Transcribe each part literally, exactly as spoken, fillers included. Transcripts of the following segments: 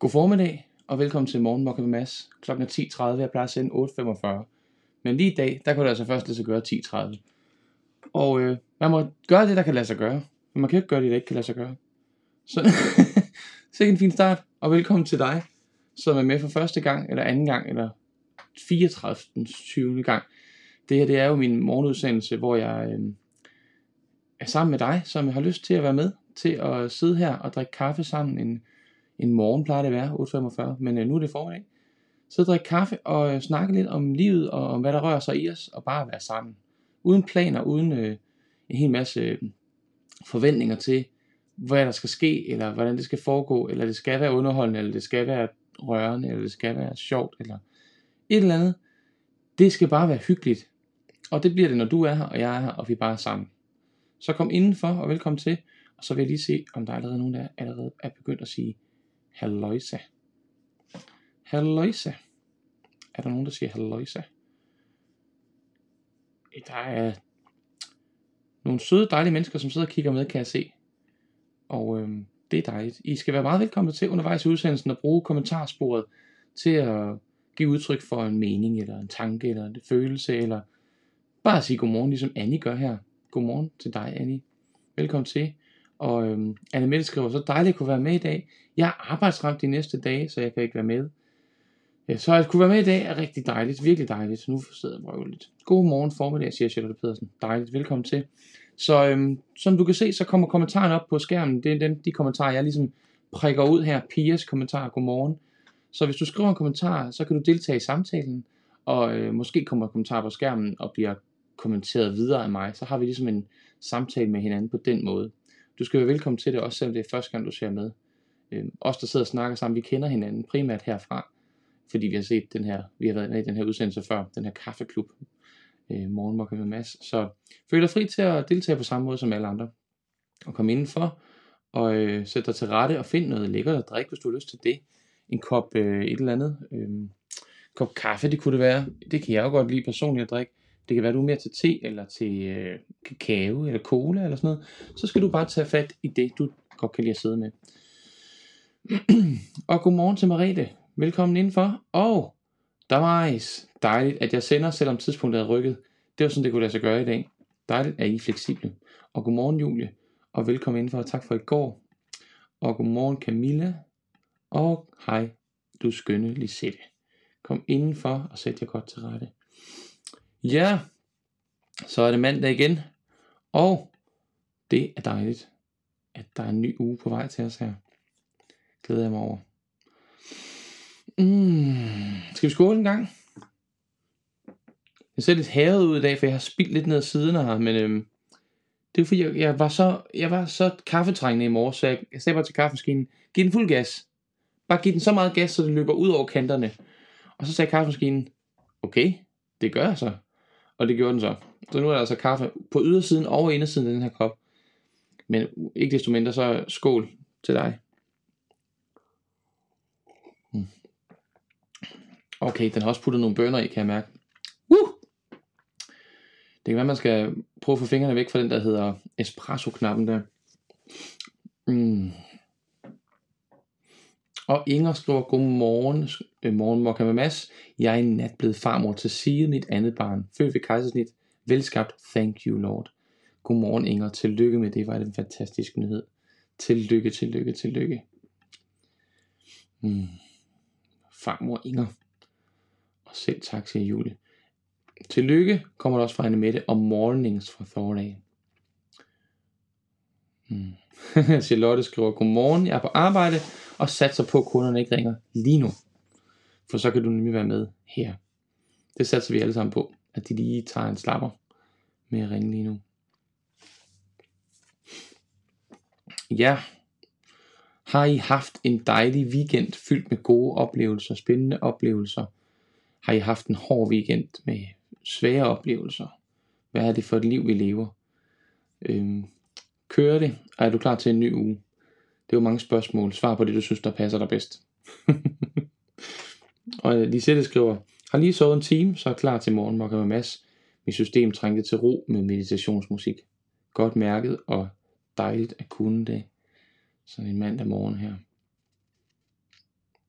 God formiddag, og velkommen til Morgenmok med Mads. Klokken er ti tredive, jeg plejer at sende otte femogfyrre. Men lige i dag, der kunne det altså først lade sig gøre ti tredive. Og øh, man må gøre det, der kan lade sig gøre. Men man kan ikke gøre det, der ikke kan lade sig gøre. Så, så en fin start, og velkommen til dig, som er med for første gang, eller anden gang, eller fireogtredive. tyvende gang. Det her, det er jo min morgenudsendelse, hvor jeg øh, er sammen med dig, som har lyst til at være med, til at sidde her og drikke kaffe sammen. En, en morgen plejer det at være, otte femogfyrre, men øh, nu er det formiddag. Så drikke kaffe og øh, snakke lidt om livet, og om hvad der rører sig i os, og bare være sammen. Uden planer, uden øh, en hel masse øh, forventninger til, hvad der skal ske, eller hvordan det skal foregå, eller det skal være underholdende, eller det skal være rørende, eller det skal være sjovt, eller et eller andet. Det skal bare være hyggeligt. Og det bliver det, når du er her, og jeg er her, og vi bare er sammen. Så kom indenfor, og velkommen til. Og så vil jeg lige se, om der er allerede nogen, der allerede er begyndt at sige halløjsa. Halløjsa. Er der nogen, der siger halløjsa? Der er nogle søde, dejlige mennesker, som sidder og kigger med, kan jeg se. Og øhm, det er dejligt. I skal være meget velkomne til undervejs i udsendelsen at bruge kommentarsporet til at give udtryk for en mening, eller en tanke, eller en følelse, eller bare sige godmorgen, ligesom Annie gør her. Godmorgen til dig, Annie. Velkommen til. Og øhm, Anne Mette skriver, så dejligt at kunne være med i dag. Jeg er arbejdsramt de næste dage, så jeg kan ikke være med. Ja, så at kunne være med i dag er rigtig dejligt, virkelig dejligt. Så nu sidder jeg brøvligt. God morgen formiddag, siger Charlotte Pedersen. Dejligt, velkommen til. Så øhm, som du kan se, så kommer kommentaren op på skærmen. Det er den, de kommentarer, jeg ligesom prikker ud her. Pias kommentar, godmorgen. Så hvis du skriver en kommentar, så kan du deltage i samtalen. Og øh, måske kommer kommentar på skærmen og bliver kommenteret videre af mig. Så har vi ligesom en samtale med hinanden på den måde. Du skal være velkommen til det, også selvom det er første gang, du ser med. Øh, os, der sidder og snakker sammen, vi kender hinanden primært herfra. Fordi vi har set den her, vi har været med i den her udsendelse før, den her kaffeklub, øh, Morgenmok med Mads. Så føl dig fri til at deltage på samme måde som alle andre. Og kom indenfor, og øh, sæt dig til rette, og find noget lækkert at drikke, hvis du har lyst til det. En kop øh, et eller andet, øh, kop kaffe, det kunne det være. Det kan jeg jo godt lide personligt at drikke. Det kan være, du er mere til te, eller til øh, kakao, eller cola, eller sådan noget. Så skal du bare tage fat i det, du godt kan lide at sidde med. Og godmorgen til Merete. Velkommen indenfor. Og Damaris. Dejligt, at jeg sender, selvom tidspunktet er rykket. Det var sådan, det kunne lade sig gøre i dag. Dejligt, at I er fleksible. Og godmorgen, Julie. Og velkommen indenfor, og tak for i går. Og godmorgen, Camilla. Og hej, du skønne Lisette. Kom indenfor og sæt jer godt til rette. Ja, så er det mandag igen. Og det er dejligt, at der er en ny uge på vej til os her. Glæder jeg mig over. Mm. Skal vi skåle en gang? Jeg ser lidt havet ud i dag, for jeg har spildt lidt ned ad siden her, men øhm, det er fordi, jeg, jeg, var så, jeg var så kaffetrængende i morges, så jeg, jeg sagde bare til kaffemaskinen, giv den fuld gas. Bare giv den så meget gas, så det løber ud over kanterne. Og så sagde kaffemaskinen, okay, det gør jeg så. Og det gjorde den så. Så nu er der altså kaffe på ydersiden og indersiden af den her kop. Men ikke desto mindre, så skål til dig. Mm. Okay, den har også puttet nogle bønner i, kan jeg mærke. Uh! Det kan være, man skal prøve at få fingrene væk fra den, der hedder espresso-knappen der. Mm. Og Inger skriver, godmorgen, øh, morgenmok med Mads. Jeg er i nat blevet farmor til Sige, mit andet barn. Født ved kejsersnit. Velskabt, thank you Lord. Godmorgen Inger, tillykke med det, var det en fantastisk nyhed. Tillykke, tillykke, tillykke. Mm. Farmor Inger. Og selv tak, siger Julie. Tillykke kommer der også fra Anne Mette om mornings fra Thorday. Hmm. Charlotte skriver, godmorgen, jeg er på arbejde og satser på, at kunderne ikke ringer lige nu. For så kan du nemlig være med her. Det satser vi alle sammen på, at de lige tager en slapper med at ringe lige nu. Ja. Har I haft en dejlig weekend fyldt med gode oplevelser, spændende oplevelser? Har I haft en hård weekend med svære oplevelser? Hvad er det for et liv, vi lever? Øhm, kører det? Og er du klar til en ny uge? Det er jo mange spørgsmål. Svar på det, du synes, der passer dig bedst. Og Lisette skriver, har lige sovet en time, så er klar til morgenmok med Mads. Mit system trængte til ro med meditationsmusik. Godt mærket og dejligt at kunne det. Sådan en mandag morgen her.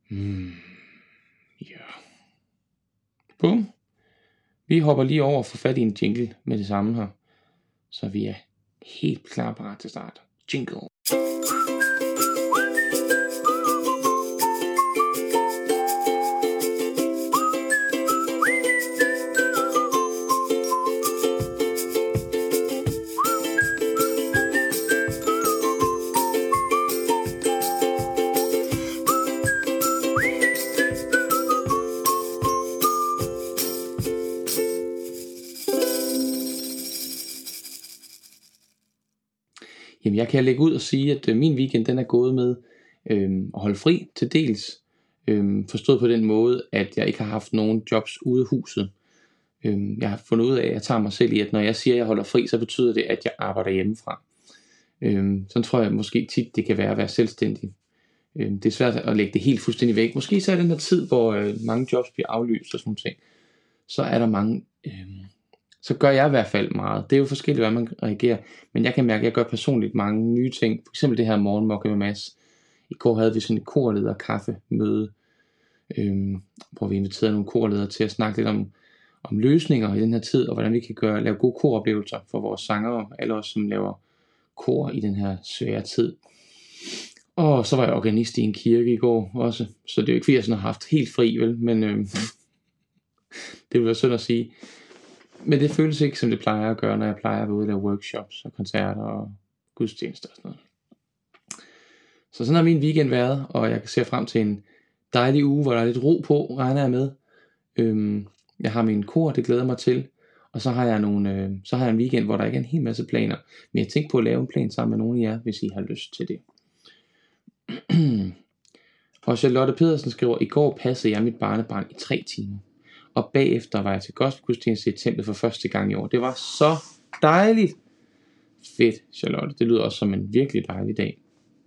Hmm. Ja. Bum. Vi hopper lige over og får fat i en jingle med det samme her. Så vi er helt klar parat til start. Jingle. Jamen, jeg kan lægge ud og sige, at øh, min weekend den er gået med øh, at holde fri til dels. Øh, forstået på den måde, at jeg ikke har haft nogen jobs ude af huset. Øh, jeg har fundet ud af, at jeg tager mig selv i, at når jeg siger, at jeg holder fri, så betyder det, at jeg arbejder hjemmefra. Øh, sådan tror jeg måske tit, det kan være at være selvstændig. Øh, det er svært at lægge det helt fuldstændig væk. Måske så er den her tid, hvor øh, mange jobs bliver aflyst og sådan noget ting. Så er der mange... Øh, så gør jeg i hvert fald meget. Det er jo forskelligt, hvad man reagerer. Men jeg kan mærke, at jeg gør personligt mange nye ting. For eksempel det her morgenmokke med Mads. I går havde vi sådan et korleder kaffemøde, øhm, hvor vi inviterede nogle korledere til at snakke lidt om, om løsninger i den her tid, og hvordan vi kan gøre, lave gode koroplevelser for vores sangere, alle os, som laver kor i den her svære tid. Og så var jeg organist i en kirke i går også. Så det er jo ikke, fordi jeg sådan har haft helt fri, vel? Men øhm, det vil være synd at sige. Men det føles ikke, som det plejer at gøre, når jeg plejer at være ude og lave workshops og koncerter og gudstjenester og sådan noget. Så sådan har min weekend været, og jeg kan se frem til en dejlig uge, hvor der er lidt ro på, regner jeg med. Øhm, jeg har min kor, det glæder mig til. Og så har jeg nogle, øh, så har jeg en weekend, hvor der ikke er en hel masse planer. Men jeg tænker på at lave en plan sammen med nogle af jer, hvis I har lyst til det. Og Charlotte Pedersen skriver, i går passede jeg mit barnebarn i tre timer. Og bagefter var jeg til gospelgudstjeneste i templet for første gang i år. Det var så dejligt. Fedt, Charlotte. Det lyder også som en virkelig dejlig dag.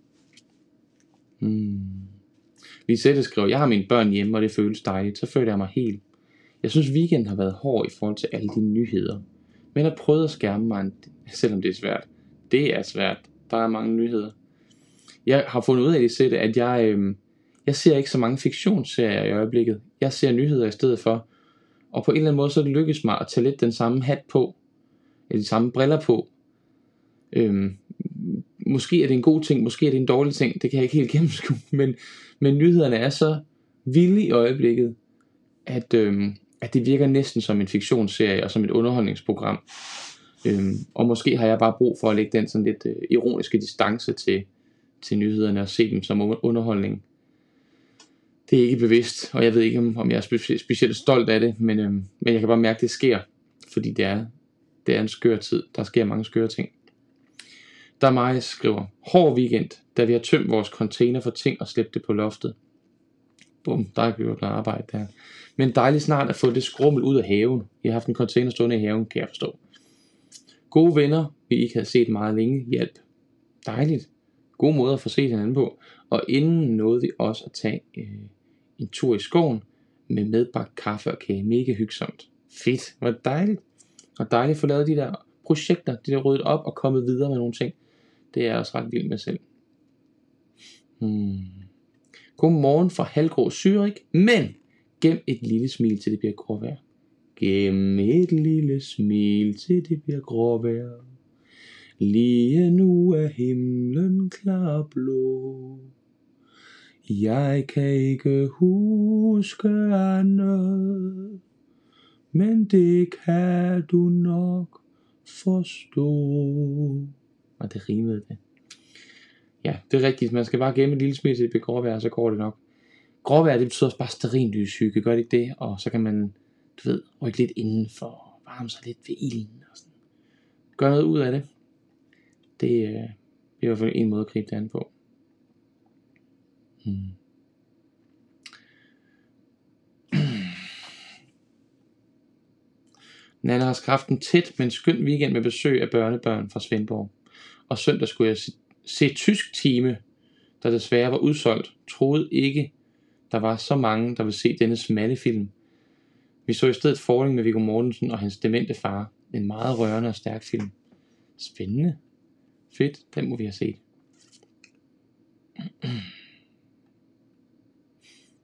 Hmm. Lisette skriver, jeg har mine børn hjemme, og det føles dejligt. Så føler jeg mig helt. Jeg synes, weekenden har været hård i forhold til alle de nyheder. Men jeg har prøvet at skærme mig, selvom det er svært. Det er svært. Der er mange nyheder. Jeg har fundet ud af, Lisette, at jeg, øh, jeg ser ikke så mange fiktionsserier i øjeblikket. Jeg ser nyheder i stedet for. Og på en eller anden måde, så det lykkes mig at tage lidt den samme hat på, eller de samme briller på. Øhm, måske er det en god ting, måske er det en dårlig ting, det kan jeg ikke helt gennemskue, men, men nyhederne er så vilde i øjeblikket, at, øhm, at det virker næsten som en fiktionsserie, og som et underholdningsprogram. Øhm, og måske har jeg bare brug for at lægge den sådan lidt øh, ironiske distance til, til nyhederne, og se dem som underholdning. Det er ikke bevidst, og jeg ved ikke, om jeg er spe- specielt stolt af det, men, øhm, men jeg kan bare mærke, at det sker, fordi det er, det er en skør tid. Der sker mange skøre ting. Der er mig, skriver, hård weekend, da vi har tømt vores container for ting og slæbt det på loftet. Bum, der er gjort noget arbejde der. Men dejligt snart at få det skrummel ud af haven. Jeg har haft en container stående i haven, kan jeg forstå. Gode venner, vi ikke havde set meget længe, hjælp. Dejligt. God måde at få set hinanden på. Og inden nåede vi også at tage øh, en tur i skoven med medbagt kaffe og kage. Mega hyggesomt. Fedt. Hvor dejligt. Og dejligt at få lavet de der projekter, de der ryddet op og kommet videre med nogle ting. Det er jeg også ret vild med selv. Hmm. Godmorgen fra halvgrå Zürich, men gem et lille smil til det bliver gråvejr. Gem et lille smil til det bliver gråvejr. Lige nu er himlen klar blå. Jeg kan ikke huske andet, men det kan du nok forstå. Og det rimede det. Ja, det er rigtigt. Man skal bare gemme et lille smil til det bliver gråvejr, så går det nok. Gråvejr, det betyder også bare stearinlyssyge, gør det ikke det? Og så kan man, du ved, rykke lidt indenfor, varme sig lidt ved ilden og sådan. Gør noget ud af det. Det er i hvert fald en måde at gribe det an på. Hmm. Nana har haft en tæt, men skøn weekend med besøg af børnebørn fra Svendborg. Og søndag skulle jeg se, se tysk time, der desværre var udsolgt. Troede ikke, der var så mange, der ville se denne smalle film. Vi så i stedet Falling med Viggo Mortensen og hans demente far. En meget rørende og stærk film. Spændende. Fedt, den må vi have set.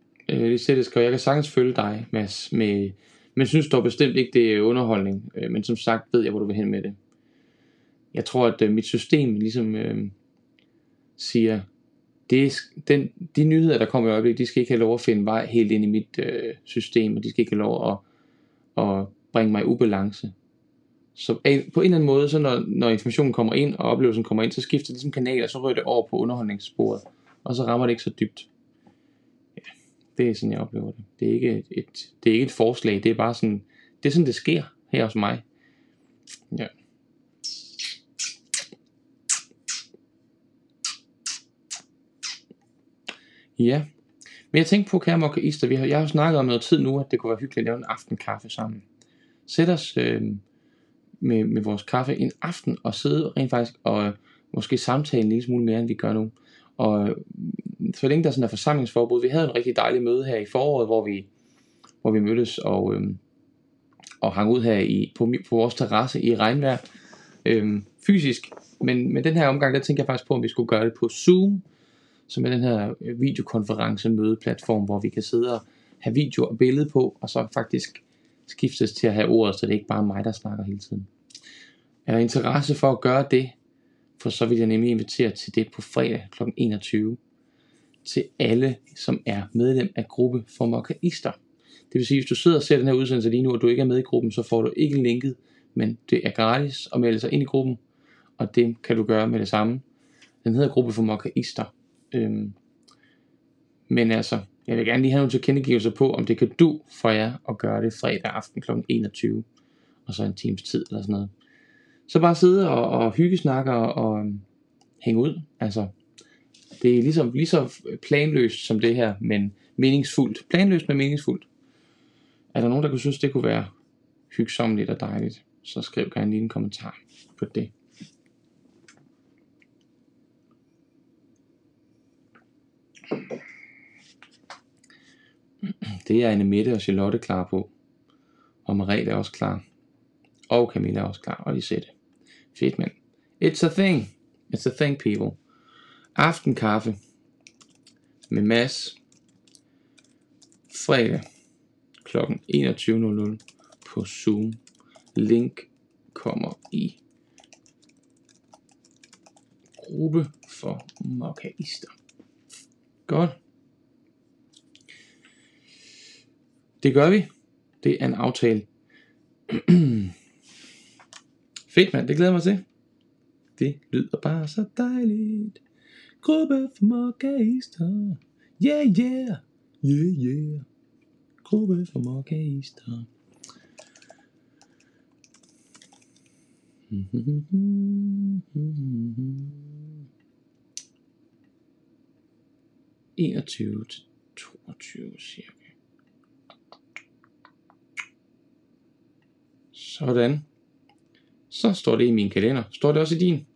Elisette skrev, jeg kan sagtens følge dig, Mads, med, men synes dog bestemt ikke, det er underholdning. Øh, men som sagt ved jeg, hvor du vil hen med det. Jeg tror, at øh, mit system ligesom øh, siger, det er, den, de nyheder, der kommer i øjeblikket, de skal ikke have lov at finde vej helt ind i mit øh, system, og de skal ikke have lov at, at bringe mig i ubalance. Så på en eller anden måde, så når, når informationen kommer ind, og oplevelsen kommer ind, så skifter det ligesom kanal, og så rører det over på underholdningssporet, og så rammer det ikke så dybt. Ja, det er sådan, jeg oplever det. Det er ikke et, et, det er ikke et forslag, det er bare sådan, det er sådan, det sker her hos mig. Ja. Ja, men jeg tænkte på, kære mokkaister, vi har, jeg har jo snakket om noget tid nu, at det kunne være hyggeligt at lave en aftenkaffe sammen. Sæt os øh, med, med vores kaffe en aften og sidde rent faktisk og øh, måske samtale en lille smule mere, end vi gør nu. Og øh, så længe der er sådan en forsamlingsforbud, vi havde en rigtig dejlig møde her i foråret, hvor vi, hvor vi mødtes og, øh, og hang ud her i, på, på vores terrasse i regnvejr øh, fysisk. Men med den her omgang, der tænker jeg faktisk på, om vi skulle gøre det på Zoom, som er den her videokonference mødeplatform, hvor vi kan sidde og have video og billede på, og så faktisk skiftes til at have ordet, så det er ikke bare mig, der snakker hele tiden. Er der interesse for at gøre det, for så vil jeg nemlig invitere til det på fredag klokken enogtyve, til alle, som er medlem af gruppe for mokkaister. Det vil sige, hvis du sidder og ser den her udsendelse lige nu, og du ikke er med i gruppen, så får du ikke linket, men det er gratis at melde sig ind i gruppen, og det kan du gøre med det samme. Den hedder gruppe for mokkaister. Øhm, men altså, jeg vil gerne lige have nogle tilkendegivelser på, om det kan du for jer at gøre det fredag aften klokken enogtyve, og så en times tid eller sådan noget. Så bare sidde og, og hyggesnakke og, og hænge ud. Altså, det er ligesom lige så planløst som det her, men meningsfuldt. Planløst, men meningsfuldt. Er der nogen, der kunne synes, det kunne være hyggsomt og dejligt, så skriv gerne lige en kommentar på det. Det er Anne Mette og Charlotte klar på. Og Merete er også klar. Og Camilla er også klar. Og Lisette. Fedt, mand. It's a thing. It's a thing, people. Aftenkaffe med Mads. Fredag klokken enogtyve på Zoom. Link kommer i gruppe for mokkaister. Godt. Det gør vi. Det er en aftale. Fedt, mand. Det glæder mig til. Det lyder bare så dejligt. Gruppe for mokkaister. Yeah, yeah. Yeah, yeah. Gruppe for mokkaister. enogtyve til toogtyve cirka. Sådan. Så står det i min kalender. Står det også i din?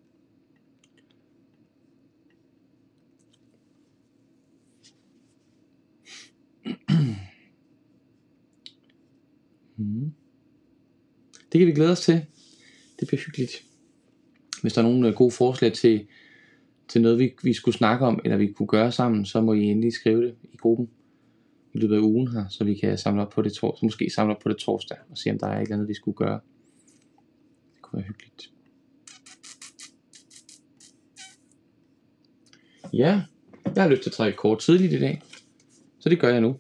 hmm. Det kan vi glæde os til. Det bliver hyggeligt. Hvis der er nogle gode forslag til, til noget vi, vi skulle snakke om, eller vi kunne gøre sammen, så må I endelig skrive det i gruppen i løbet af ugen her, så vi kan samle op på det torsdag, måske samle op på det torsdag og se om der er et eller andet vi skulle gøre. Det kunne være hyggeligt. Ja, jeg har lyst til at trække kort tidligt i dag, så det gør jeg nu.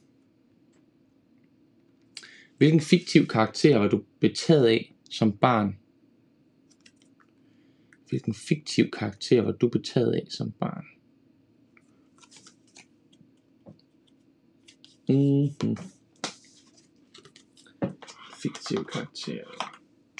Hvilken fiktiv karakter var du betaget af som barn? Hvilken fiktiv karakter var du betaget af som barn? Mm-hmm. Fiktiv karakter.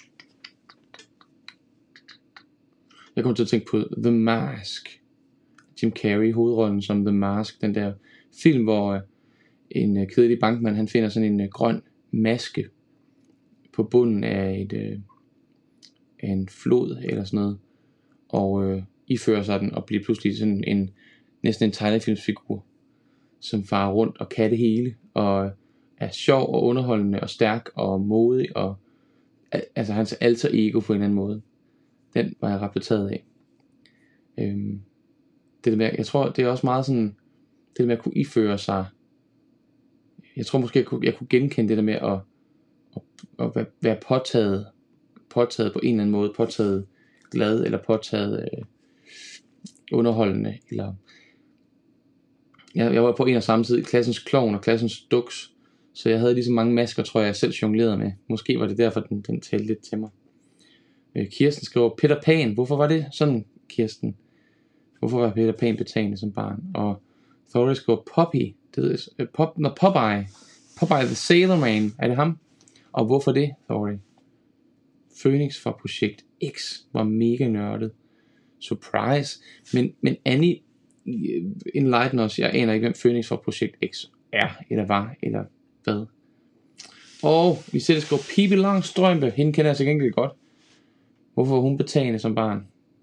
Jeg kommer til at tænke på The Mask. Jim Carrey, hovedrollen som The Mask. Den der film, hvor en kedelig bankmand, han finder sådan en grøn maske på bunden af et øh, af en flod eller sådan noget, og øh, ifører sig den og bliver pludselig sådan en næsten en tegnefilmsfigur, som farer rundt og kan det hele og er sjov og underholdende og stærk og modig og altså hans alter ego på en eller anden måde. Den var jeg ret betaget af. Øhm, det der med, jeg tror det er også meget sådan det der med at kunne iføre sig jeg tror måske, jeg kunne, jeg kunne genkende det der med at, at, at være, være påtaget, påtaget på en eller anden måde, påtaget glad, eller påtaget øh, underholdende, eller jeg, jeg var på en og samme tid klassens klovn og klassens duks, så jeg havde lige så mange masker, tror jeg, jeg selv jonglerede med. Måske var det derfor, den, den talte lidt til mig. Øh, Kirsten skriver, Peter Pan, hvorfor var det sådan, Kirsten? Hvorfor var Peter Pan betagende som barn? Og Thorey skriver, Poppy, det ved jeg, Pop, når Popeye, Popeye the Sailor Man, er det ham? Og hvorfor det, Thorey? Phoenix fra Projekt X var mega nørdet. Surprise. Men, men Annie, enlighten os, jeg aner ikke, hvem Phoenix fra Projekt X er, eller var, eller hvad. Og vi ser det skrive, Pippi Langstrømpe, hende kender jeg så gengæld godt. Hvorfor var hun betagende som barn?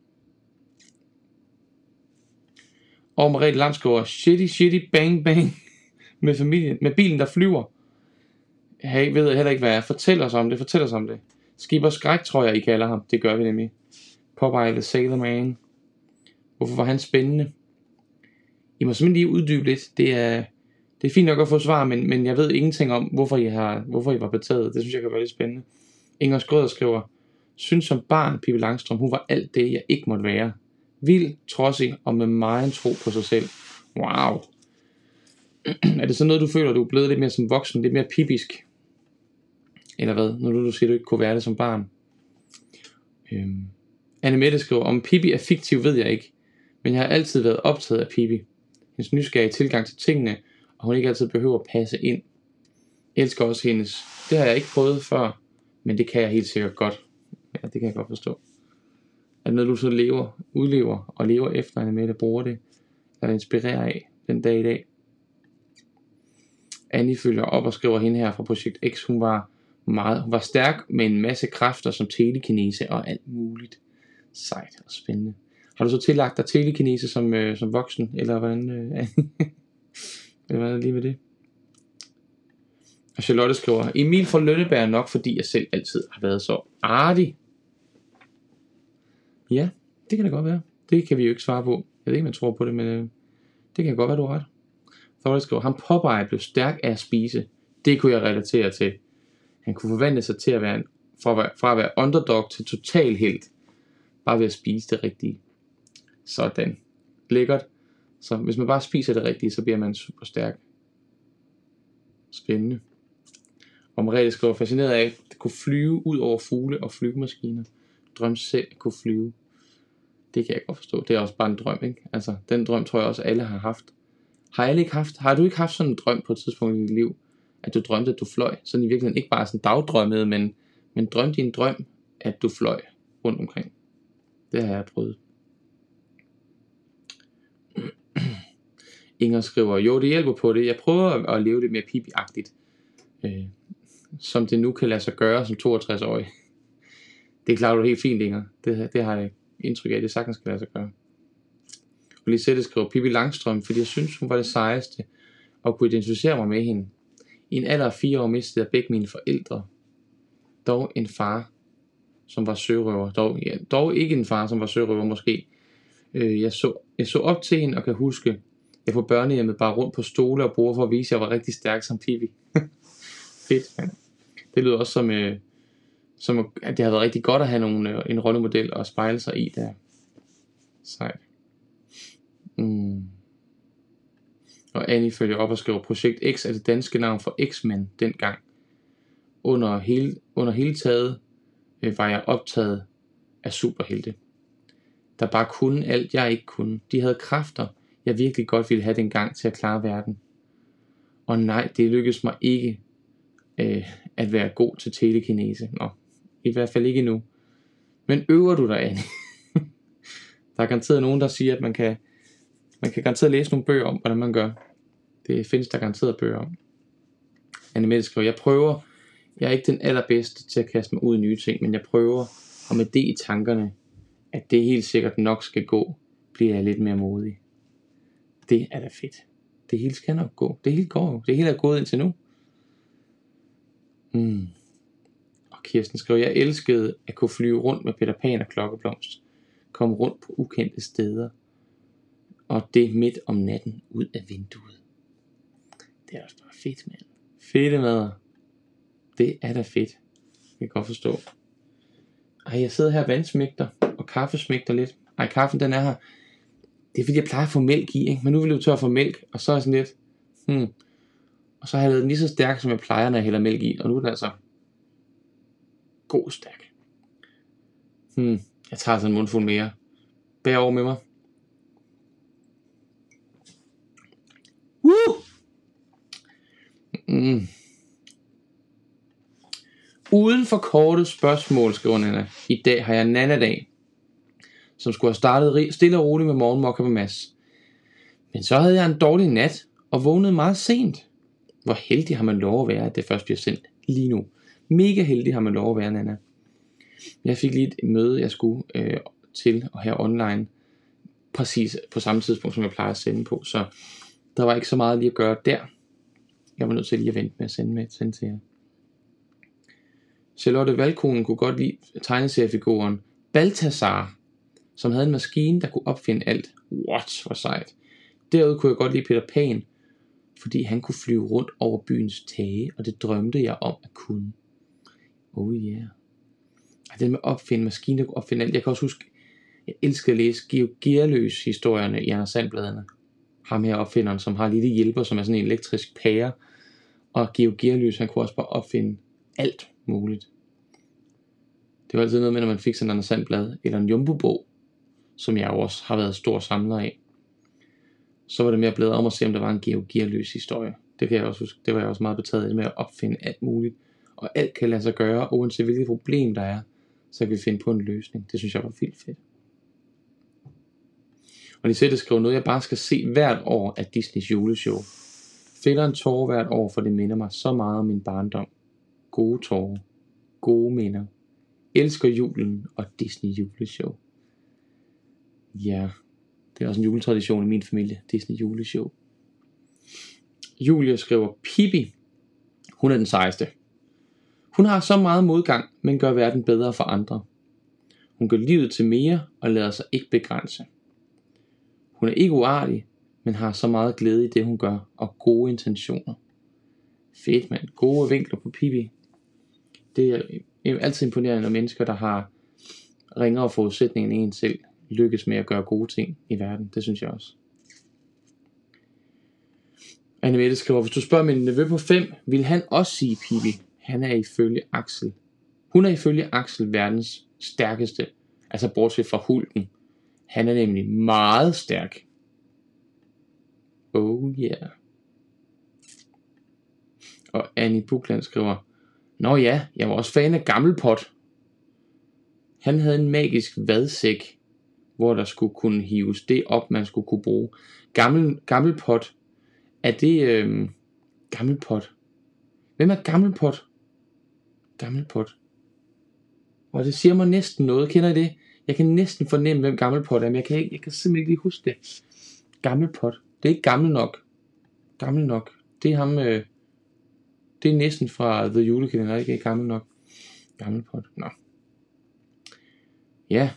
Og Mariette Lam skriver, shitty shitty bang bang, med familien, med bilen der flyver. Hey, ved jeg heller ikke hvad er. Fortæl os om det, fortæl os om det. Skipper Skræk, tror jeg I kalder ham. Det gør vi nemlig. Popeye the Sailor Man. Hvorfor var han spændende? I må simpelthen lige uddybe lidt. Det er, det er fint nok at få svar, men, men jeg ved ingenting om, hvorfor I, har, hvorfor I var betaget. Det synes jeg kan være lidt spændende. Inger Skrøder skriver, synes som barn, Pippi Langstrøm, hun var alt det, jeg ikke måtte være. Vild, trodsig og med meget tro på sig selv. Wow. Er det så noget, du føler, du er blevet lidt mere som voksen, lidt mere pipisk? Eller hvad? Når du, du siger, du ikke kunne være det som barn. Øhm. Anne Mette skriver, om Pippi er fiktiv, ved jeg ikke. Men jeg har altid været optaget af Pippi. Hendes nysgerrige tilgang til tingene, og hun ikke altid behøver at passe ind. Jeg elsker også hendes. Det har jeg ikke prøvet før, men det kan jeg helt sikkert godt. Ja, det kan jeg godt forstå. Er det noget, du så lever, udlever og lever efter, Anne Mette bruger det, eller inspirerer af den dag i dag? Annie følger op og skriver hende her fra Projekt X, hun var meget, hun var stærk med en masse kræfter som telekinese og alt muligt. Sejt og spændende. Har du så tillagt dig telekinese som, øh, som voksen, eller hvordan, øh, eller hvad er lige med det? Og Charlotte skriver, Emil fra Lønneberg nok, fordi jeg selv altid har været så artig. Ja, det kan da godt være. Det kan vi jo ikke svare på. Jeg ved ikke, om jeg tror på det, men øh, det kan godt være, du har ret. Thorey skriver, ham Popeye blev stærk af at spise. Det kunne jeg relatere til. Han kunne forvandle sig til at være en, fra, at være, fra at være underdog til total helt. Bare ved at spise det rigtige. Sådan. Lækkert. Så hvis man bare spiser det rigtige, så bliver man super stærk. Spændende. Og Mariette skriver, fascineret af at kunne flyve ud over fugle og flyvemaskiner. Drøm selv at kunne flyve. Det kan jeg godt forstå. Det er også bare en drøm, ikke? Altså, den drøm tror jeg også alle har haft. Har alle ikke haft? Har du ikke haft sådan en drøm på et tidspunkt i dit liv, at du drømte, at du fløj? Sådan i virkeligheden ikke bare sådan dagdrømmede, men, men drømte din drøm, at du fløj rundt omkring. Det har jeg prøvet. Inger skriver, jo, det hjælper på det. Jeg prøver at leve det mere Pippi-agtigt, øh, som det nu kan lade sig gøre som toogtres-årig. Det klarer du helt fint, Inger. Det, det har jeg indtryk af, det sagtens kan lade sig gøre. Og Lisette skriver, Pippi Langstrøm, fordi jeg synes, hun var det sejeste, og kunne identificere mig med hende. I en alder af fire år mistede jeg begge mine forældre. Dog en far, som var sørøver. Dog, ja, dog ikke en far, som var sørøver måske. Øh, jeg, så, jeg så op til hende og kan huske, jeg på børnehjemmet bare rundt på stole og bord for at vise, at jeg var rigtig stærk som Pippi. Fedt, man. Det lyder også som, øh, som, at det har været rigtig godt at have nogen, øh, en rollemodel at spejle sig i der. Sejt. Mm. Og Annie følger op og skriver, Projekt X er det danske navn for X-Men dengang. Under hele, under hele taget øh, var jeg optaget af superhelte, der bare kunne alt jeg ikke kunne. De havde kræfter jeg virkelig godt ville have dengang til at klare verden. Og nej, det lykkedes mig ikke øh, at være god til telekinese. Nå, i hvert fald ikke endnu. Men øver du dig, Annie? Der er garanteret nogen, der siger, at man kan, man kan garanteret læse nogle bøger om, hvordan man gør. Det findes der garanteret bøger om. Anne Mette skriver, jeg prøver, jeg er ikke den allerbedste til at kaste mig ud i nye ting, men jeg prøver, og med det i tankerne, at det helt sikkert nok skal gå, bliver jeg lidt mere modig. Det er da fedt. Det hele skal nok gå. Det hele går jo. Det hele er gået indtil nu. Mm. Og Kirsten skriver, jeg elskede at kunne flyve rundt med Peter Pan og Klokkeblomst. Komme rundt på ukendte steder. Og det midt om natten ud af vinduet. Det er også bare fedt, mand. Fede madder. Det er da fedt. Jeg kan godt forstå. Ej, jeg sidder her og vandsmægter, og kaffesmægter lidt. Ej, kaffen den er her. Det er fordi, jeg plejer at få mælk i, ikke? Men nu vil jeg jo tør for mælk, og så er jeg sådan lidt, hmm. Og så har jeg lavet den lige så stærk, som jeg plejer, når jeg hælder mælk i. Og nu er den altså god stærk. Hmm. Jeg tager altså en mundfuld mere. Bær over med mig. Woo! Mm. Uden for korte spørgsmål, skriver Nana. I dag har jeg Nana-dag, som skulle have startet stille og roligt med morgenmokka med Mads. Men så havde jeg en dårlig nat, og vågnede meget sent. Hvor heldig har man lov at være, at det først bliver sendt lige nu. Mega heldig har man lov at være, Nana. Jeg fik lige et møde, jeg skulle øh, til og her online, præcis på samme tidspunkt, som jeg plejer at sende på. Så der var ikke så meget lige at gøre der. Jeg var nødt til lige at vente med at sende med sende til jer. Charlotte Valkonen kunne godt lide tegneseriefiguren Balthasar, som havde en maskine, der kunne opfinde alt. What, hvor sejt. Derudover kunne jeg godt lide Peter Pan, fordi han kunne flyve rundt over byens tage, og det drømte jeg om at kunne. Oh yeah. Og det med at opfinde maskiner, der kunne opfinde alt. Jeg kan også huske, jeg elskede at læse Georg Gearløs historierne i Anders Sandbladene. Ham her opfinderen, som har lille hjælper, som er sådan en elektrisk pære. Og Georg Gearløs, han kunne også bare opfinde alt muligt. Det var altid noget med, når man fik sådan en Anders Sandblad, eller en Jumbo-bog, som jeg også har været stor samler af. Så var det med at bladre om at se, om der var en Georg Gearløs historie. Det kan jeg også huske. Det var jeg også meget betaget af, med at opfinde alt muligt. Og alt kan lade sig gøre, uanset hvilket problem der er, så kan vi finde på en løsning. Det synes jeg var vildt fedt. Og de sætter skriver noget, jeg bare skal se hvert år af Disneys juleshow. Fælder en tårer hvert år, for det minder mig så meget om min barndom. Gode tårer. Gode minder. Elsker julen og Disney juleshow. Ja, det er også en juletradition i min familie. Disney juleshow. Julia skriver, Pippi, hun er den sejeste. Hun har så meget modgang, men gør verden bedre for andre. Hun gør livet til mere og lader sig ikke begrænse. Hun er ikke uartig, men har så meget glæde i det hun gør, og gode intentioner. Fedt mand, gode vinkler på Pippi. Det er altid imponerende, når mennesker, der har ringere forudsætninger end en selv, lykkes med at gøre gode ting i verden. Det synes jeg også. Anne Mette skriver, hvis du spørger min nevø på fem, vil han også sige Pippi. Han er ifølge Axel. Hun er ifølge Axel verdens stærkeste. Altså bortset fra Hulken. Han er nemlig meget stærk. Oh yeah. Og Annie Bukland skriver, nå ja, jeg var også fan af Gammelpot. Han havde en magisk vadsæk, hvor der skulle kunne hives det op, man skulle kunne bruge. Gammel, Gammelpot. Er det øh, Gammelpot? Hvem er Gammelpot? Gammelpot. Og det siger mig næsten noget. Kender I det? Jeg kan næsten fornemme, hvem Gammelpot er, men jeg kan, ikke, jeg kan simpelthen ikke lige huske det. Gammelpot. Det er ikke gammel nok. Gammel nok. Det er ham, øh, det er næsten fra The Julekalender, ikke? Ikke gammel nok. Gammelpot. Nå. Ja.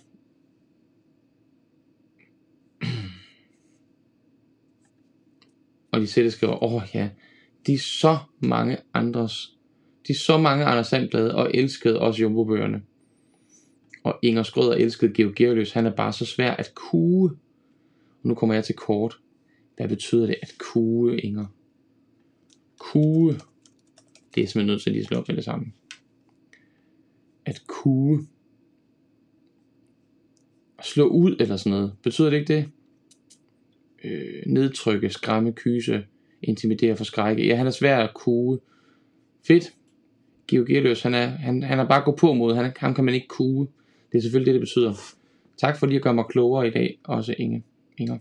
Og de selv skriver, åh oh, ja, de er så mange andres, de er så mange Anders Sandblade, og elskede også Jumbo-bøgerne. Og Inger Skrøder elskede Georg Gearløs, han er bare så svær at kue. Og nu kommer jeg til kort. Hvad betyder det at kue, Inger? Kue. Det er simpelthen nødt til at lige slå op med det samme. At kue. Slå ud eller sådan noget. Betyder det ikke det? Øh, nedtrykke, skræmme, kyse, intimidere, forskrække. Ja, han er svær at kue. Fedt. Georg Gearløs, han er, han, han er bare gå på mod. Han, ham kan man ikke kue. Det er selvfølgelig det, det betyder. Tak for lige at gøre mig klogere i dag, også Inge. Inger.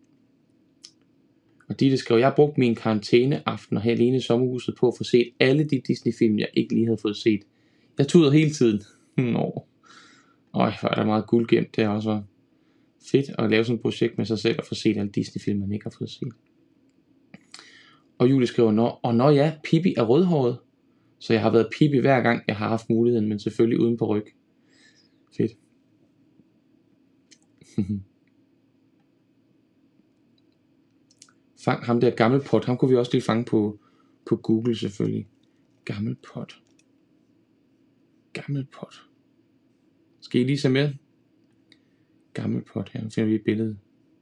Og Ditte skrev, jeg har brugt min karantæneaften her alene i sommerhuset på at få set alle de Disney-film, jeg ikke lige havde fået set. Jeg tuder hele tiden. Nå. Øj, hvor er der meget guld gemt. Det er også fedt at lave sådan et projekt med sig selv og få set alle Disney-film, man ikke har fået set. Og Julie skriver, nå, og nå ja, Pippi er rødhåret. Så jeg har været Pippi hver gang, jeg har haft muligheden, men selvfølgelig uden på ryg. Fedt. Fang ham der Gammelpot, ham kunne vi også lige fange på, På Google selvfølgelig. Gammel pot. Gammel pot. Skal I lige se med? Gammel pot her. Nu finder vi et billede.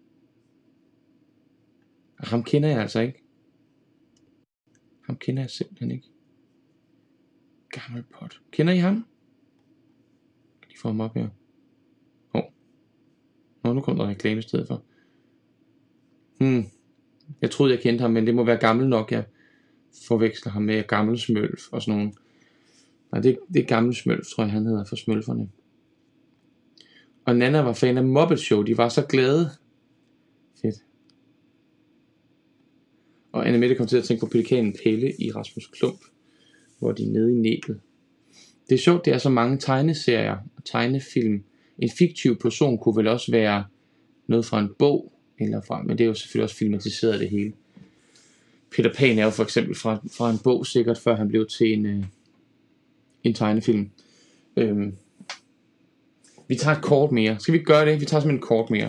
Og ham kender jeg altså ikke. Ham kender jeg simpelthen ikke. Gammel pot. Kender I ham? Kan I få ham op her? Åh. Oh. Nå, nu kommer der reklame i stedet for. Hmm. Jeg troede jeg kendte ham, men det må være gammel nok, jeg forveksler ham med Gammel Smølf og sådan nogle. Nej, det, det er Gammel Smølf, tror jeg han hedder, for Smølferne. Og Nana var fan af Muppet Show, de var så glade. Fedt. Og Annemette kom til at tænke på pelikanen Pelle i Rasmus Klump, hvor de er nede i næbet. Det er sjovt, det er så mange tegneserier og tegnefilm. En fiktiv person kunne vel også være noget fra en bog, eller fra, men det er jo selvfølgelig også filmatiseret det hele. Peter Pan er jo for eksempel fra, fra en bog, sikkert før han blev til en, øh, en tegnefilm. Øhm. Vi tager et kort mere. Skal vi gøre det? Vi tager simpelthen et kort mere.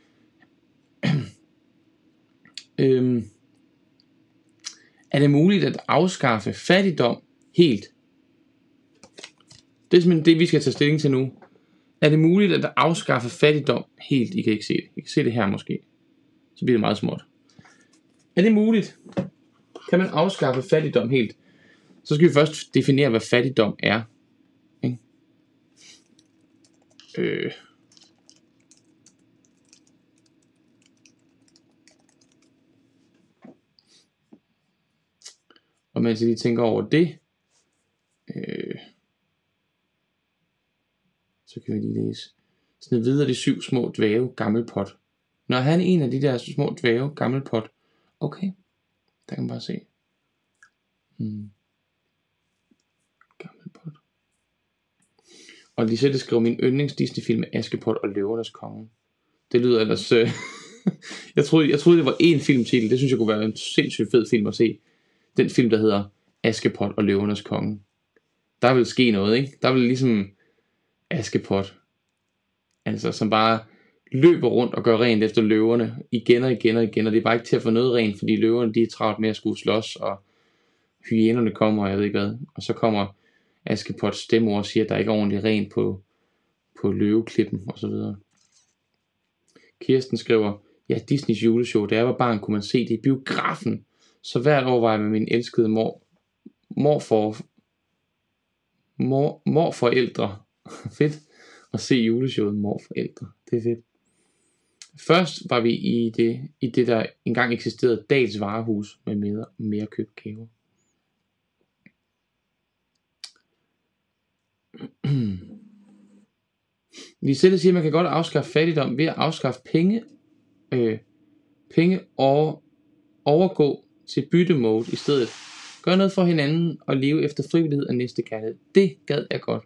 øhm. Er det muligt at afskaffe fattigdom helt? Det er simpelthen det, vi skal tage stilling til nu. Er det muligt at afskaffe fattigdom helt? I kan ikke se det. I kan se det her måske. Så bliver det meget småt. Er det muligt? Kan man afskaffe fattigdom helt? Så skal vi først definere, hvad fattigdom er. Okay? Øh. Og mens jeg lige tænker over det, øh, så kan vi lige læse. Sådan videre de syv små dvæve, gammel pot. Når han er en af de der små dvæve, gammel pot. Okay, der kan man bare se. Hmm. Gammel pot. Og Lisette skriver, min yndlings Disney film er Askepot og Løvernes Konge. Det lyder ellers øh, jeg, troede, jeg troede det var én filmtitel. Det synes jeg kunne være en sindssygt fed film at se. Den film der hedder Askepot og Løvernes Konge. Der vil ske noget, ikke? Der vil ligesom Askepot, altså som bare løber rundt og gør rent efter løverne igen og igen og igen. Og det er bare ikke til at få noget rent, fordi løverne de er travlt med at skulle slås, og hyænerne kommer, og jeg ved ikke hvad. Og så kommer Askepots stemme og siger, at der ikke er ordentligt rent på, på løveklippen og så videre. Kirsten skriver, ja, Disneys juleshow, da jeg var barn, kunne man se det i biografen. Så hvert år var jeg med min elskede mor, morfor, mor, morforældre. Fedt at se juleshowet Morforældre. Det er fedt. Først var vi i det, i det der engang eksisterede Dals varehus med mere, mere købt gaver. Lisette siger, at man kan godt afskaffe fattigdom ved at afskaffe penge, øh, penge og overgå til byttemode i stedet. Gør noget for hinanden og leve efter frivillighed og næstekærlighed. Det gad jeg godt.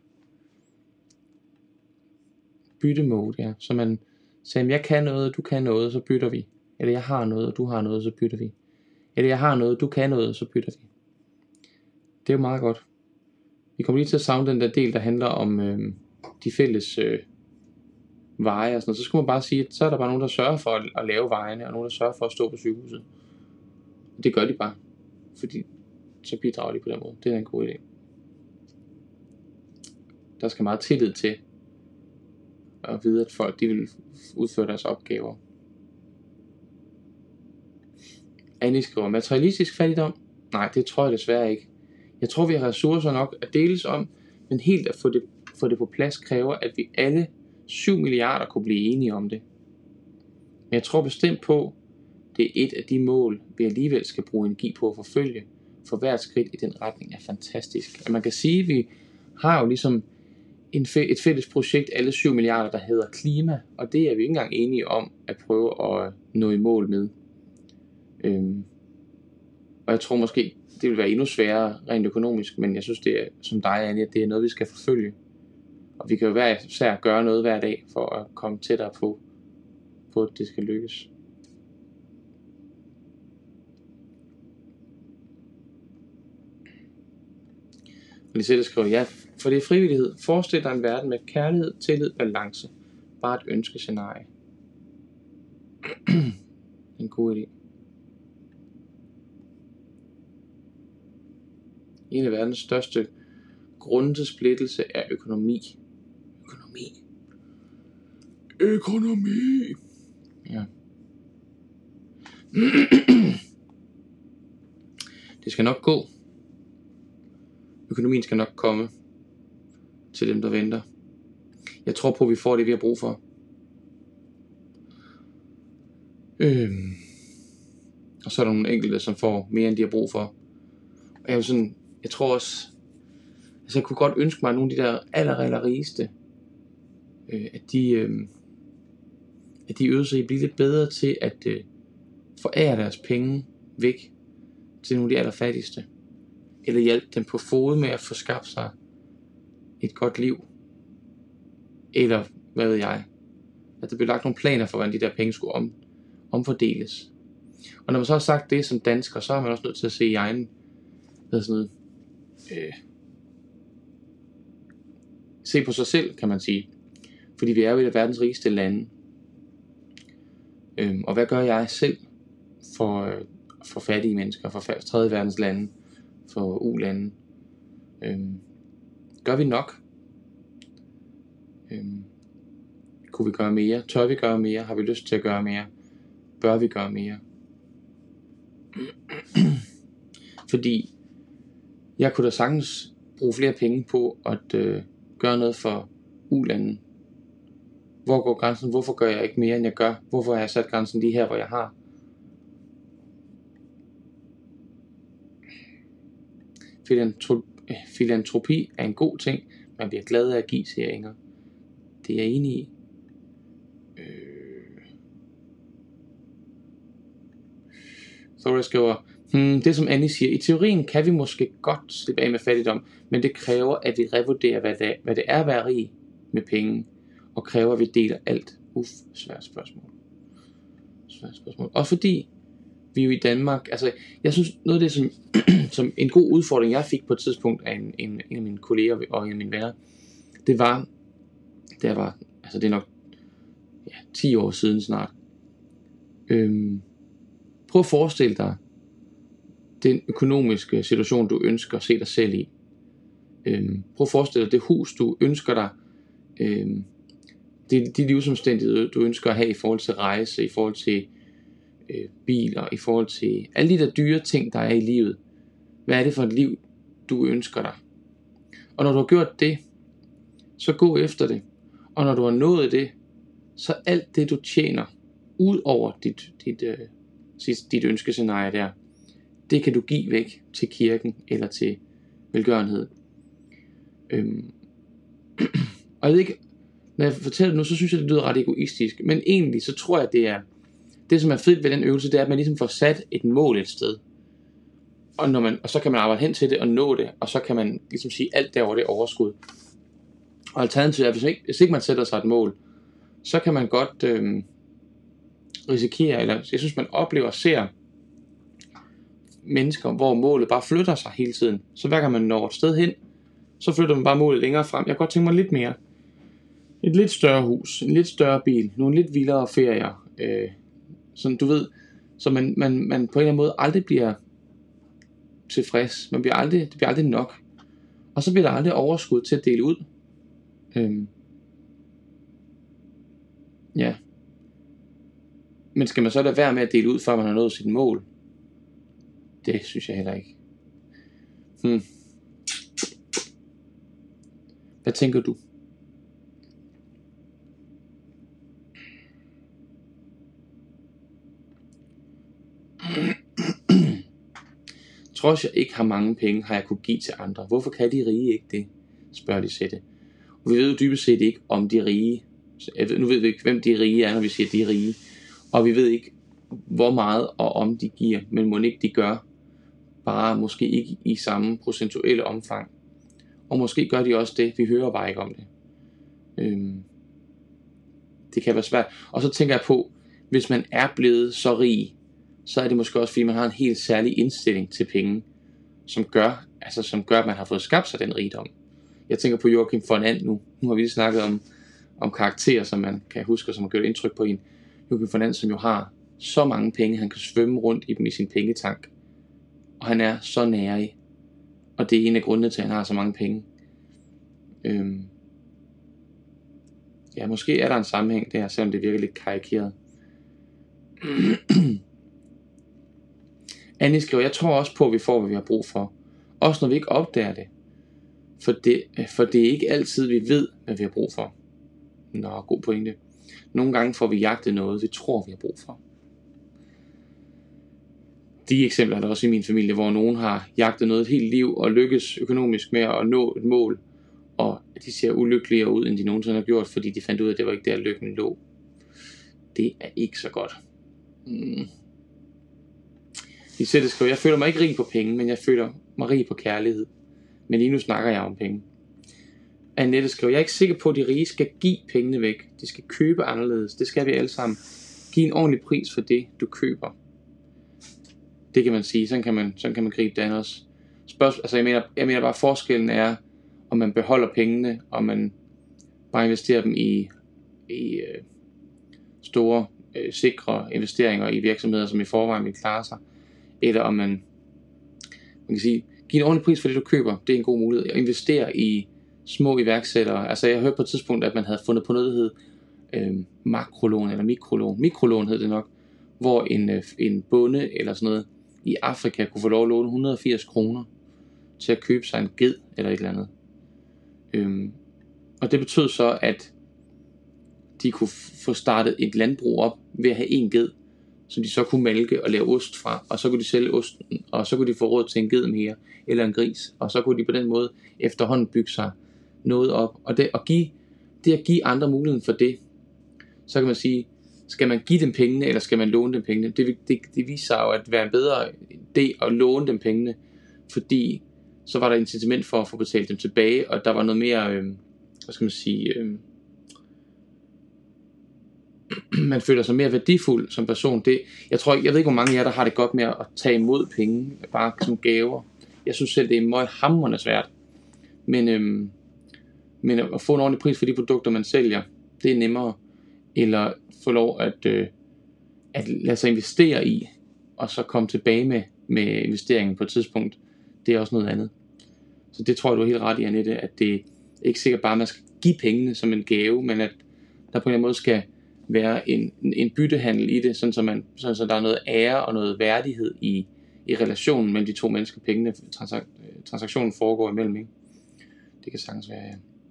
Byttemode, ja. Så man sagde, jeg kan noget, du kan noget, så bytter vi. Eller jeg har noget, og du har noget, så bytter vi. Eller jeg har noget, du kan noget, så bytter vi. Det er jo meget godt. Vi kommer lige til at savne den der del, der handler om øh, de fælles øh, veje og sådan noget. Så skulle man bare sige, at så er der bare nogen, der sørger for at, at lave vejene, og nogen, der sørger for at stå på sygehuset. Det gør de bare. Fordi så bidrager de på den måde. Det er en god idé. Der skal meget tillid til at vide, at folk de vil udføre deres opgaver. Annie skriver, materialistisk fattigdom? Nej, det tror jeg desværre ikke. Jeg tror, vi har ressourcer nok at deles om, men helt at få det, få det på plads kræver, at vi alle syv milliarder kunne blive enige om det. Men jeg tror bestemt på, det er et af de mål, vi alligevel skal bruge energi på at forfølge, for hvert skridt i den retning er fantastisk. Og man kan sige, at vi har jo ligesom en et fælles projekt, alle syv milliarder, der hedder klima, og det er vi ikke engang enige om at prøve at nå i mål med. Øhm, og jeg tror måske, det vil være endnu sværere rent økonomisk, men jeg synes, det er, som dig, Annie, at det er noget, vi skal forfølge. Og vi kan jo hver især gøre noget hver dag, for at komme tættere på, på at det skal lykkes. Lisette skriver, ja, for det er frivillighed. Forestil dig en verden med kærlighed, tillid, balance. Bare et ønskescenarie. En god idé. En af verdens største grunde til splittelse er økonomi. Økonomi. Økonomi. Ja. Det skal nok gå. Økonomien skal nok komme til dem, der venter. Jeg tror på, at vi får det, vi har brug for. Øhm. Og så er der nogle enkelte, som får mere, end de har brug for. Og jeg, sådan, jeg tror også, altså jeg kunne godt ønske mig, at nogle af de der aller, aller rigeste, øh, at de, øh, at de øvede sig at blive lidt bedre til at øh, forære deres penge væk til nogle af de allerfattigste. Eller hjælpe dem på fod med at få skabt sig et godt liv. Eller, hvad ved jeg, at der blev lagt nogle planer for, hvordan de der penge skulle om, omfordeles. Og når man så har sagt det som dansker, så er man også nødt til at se i egen, hvad sådan noget, øh, se på sig selv, kan man sige. Fordi vi er jo et af verdens rigeste lande. Øhm, og hvad gør jeg selv for, øh, for fattige mennesker, for tredje verdens lande, for u-lande? Øhm, gør vi nok? Øhm, kunne vi gøre mere? Tør vi gøre mere? Har vi lyst til at gøre mere? Bør vi gøre mere? Fordi jeg kunne da sagtens bruge flere penge på at øh, gøre noget for u-landen. Hvor går grænsen? Hvorfor gør jeg ikke mere, end jeg gør? Hvorfor har jeg sat grænsen lige her, hvor jeg har? Filantropi er en god ting. Man bliver glad af at give, siger Inger. Det er jeg enig i. Øh... Thora skriver, hmm, det som Annie siger, i teorien kan vi måske godt slippe af med fattigdom, men det kræver, at vi revurderer, hvad det er, hvad det er at være rig med penge, og kræver, at vi deler alt. Uff, svært spørgsmål. Svært spørgsmål. Og fordi vi jo i Danmark, altså jeg synes noget af det som, som en god udfordring jeg fik på et tidspunkt af en, en, en af mine kolleger og en af mine venner, det var, det var, altså det er nok ja, ti år siden snart. Øhm, prøv at forestille dig den økonomiske situation du ønsker at se dig selv i. Øhm, prøv at forestille dig det hus du ønsker dig, øhm, de, de livsomstændigheder du ønsker at have i forhold til rejse, i forhold til øh, biler, i forhold til alle de der dyre ting der er i livet. Hvad er det for et liv du ønsker dig? Og når du har gjort det, så gå efter det. Og når du har nået det, så alt det du tjener ud over dit, dit, øh, dit ønskescenarie der, det kan du give væk til kirken eller til velgørenhed. Øhm. Og jeg ved ikke, når jeg fortæller det nu, så synes jeg det lyder ret egoistisk, men egentlig så tror jeg det er det som er fedt ved den øvelse, det er at man ligesom får sat et mål et sted, og, når man, og så kan man arbejde hen til det og nå det, og så kan man ligesom sige alt derover det overskud. Og alternativet er, hvis ikke, hvis ikke man sætter sig et mål, så kan man godt øhm, risikere, eller jeg synes man oplever og ser mennesker, hvor målet bare flytter sig hele tiden. Så hver gang man når et sted hen, så flytter man bare målet længere frem. Jeg kan godt tænke mig lidt mere. Et lidt større hus, en lidt større bil, nogle lidt vildere ferier. Øh, sådan du ved, så man, man, man på en eller anden måde aldrig bliver tilfreds. Man bliver aldrig, det bliver aldrig nok. Og så bliver der aldrig overskud til at dele ud. Øhm. Ja. Men skal man så lade være med at dele ud, før man har nået sit mål? Det synes jeg heller ikke. Hmm. Hvad tænker du? Trods jeg ikke har mange penge, har jeg kunne give til andre. Hvorfor kan de rige ikke det? Spørger de Sætte. Og vi ved jo dybest set ikke om de rige. Nu ved vi ikke hvem de rige er, når vi siger de er rige. Og vi ved ikke hvor meget og om de giver. Men må ikke de gør. Bare måske ikke i samme procentuelle omfang. Og måske gør de også det. Vi hører bare ikke om det. Øhm. Det kan være svært. Og så tænker jeg på, hvis man er blevet så rig, så er det måske også fordi man har en helt særlig indstilling til penge, som gør, altså som gør at man har fået skabt sig den rigdom. Jeg tænker på Joachim von And nu. Nu har vi lige snakket om, om karakterer, som man kan huske, og som har gjort indtryk på en. Joachim von And, som jo har så mange penge, han kan svømme rundt i dem i sin pengetank. Og han er så nærig. Og det er en af grundene til, at han har så mange penge. Øhm. Ja, måske er der en sammenhæng der, selvom det virker lidt karikeret. Annie skriver, jeg tror også på, at vi får, hvad vi har brug for. Også når vi ikke opdager det. For det, for det er ikke altid, vi ved, hvad vi har brug for. Nå, god pointe. Nogle gange får vi jagtet noget, vi tror, vi har brug for. De eksempler er der også i min familie, hvor nogen har jagtet noget et helt liv, og lykkes økonomisk med at nå et mål, og de ser ulykkeligere ud, end de nogensinde har gjort, fordi de fandt ud af, at det var ikke der, lykken lå. Det er ikke så godt. Mm. De sætter skriver, jeg føler mig ikke rig på penge, men jeg føler mig rig på kærlighed. Men lige nu snakker jeg om penge. Annette skriver, jeg er ikke sikker på, at de rige skal give pengene væk. De skal købe anderledes. Det skal vi alle sammen. Giv en ordentlig pris for det, du køber. Det kan man sige. Sådan kan man, sådan kan man gribe det an også. Spørgsmål, altså jeg mener, jeg mener bare, at forskellen er, om man beholder pengene, og man bare investerer dem i, i øh, store, øh, sikre investeringer i virksomheder, som i forvejen vil klare sig. Eller om man, man kan sige, giv en ordentlig pris for det, du køber. Det er en god mulighed. At investere i små iværksættere. Altså jeg hørte på et tidspunkt, at man havde fundet på noget, der hed øh, makrolån eller mikrolån. Mikrolån hed det nok. Hvor en, øh, en bonde eller sådan noget i Afrika kunne få lov at låne et hundrede og firs kroner til at købe sig en ged eller et eller andet. Øhm, og det betød så, at de kunne få startet et landbrug op ved at have en ged, som de så kunne malke og lave ost fra, og så kunne de sælge osten, og så kunne de få råd til en ged mere, eller en gris, og så kunne de på den måde efterhånden bygge sig noget op, og det at give, det at give andre muligheden for det, så kan man sige, skal man give dem pengene, eller skal man låne dem pengene? Det, det, det viser sig jo at være en bedre idé at låne dem pengene, fordi så var der incitament for at få betalt dem tilbage, og der var noget mere, øh, hvad skal man sige, øh, man føler sig mere værdifuld som person. Det, jeg tror, jeg ved ikke, hvor mange af jer, der har det godt med at tage imod penge, bare som gaver. Jeg synes selv, det er meget hamrende svært. Men, øh, men at få en ordentlig pris for de produkter, man sælger, det er nemmere, eller få lov at, øh, at lade sig investere i, og så komme tilbage med, med investeringen på et tidspunkt. Det er også noget andet. Så det tror jeg, du er helt ret i, Annette, at det ikke sikkert bare, at man skal give pengene som en gave, men at der på en eller anden måde skal være en, en byttehandel i det, sådan så, man, sådan så der er noget ære og noget værdighed i, i relationen mellem de to mennesker, pengene, transak, transaktionen foregår imellem, ikke? Det kan sagtens være, ja.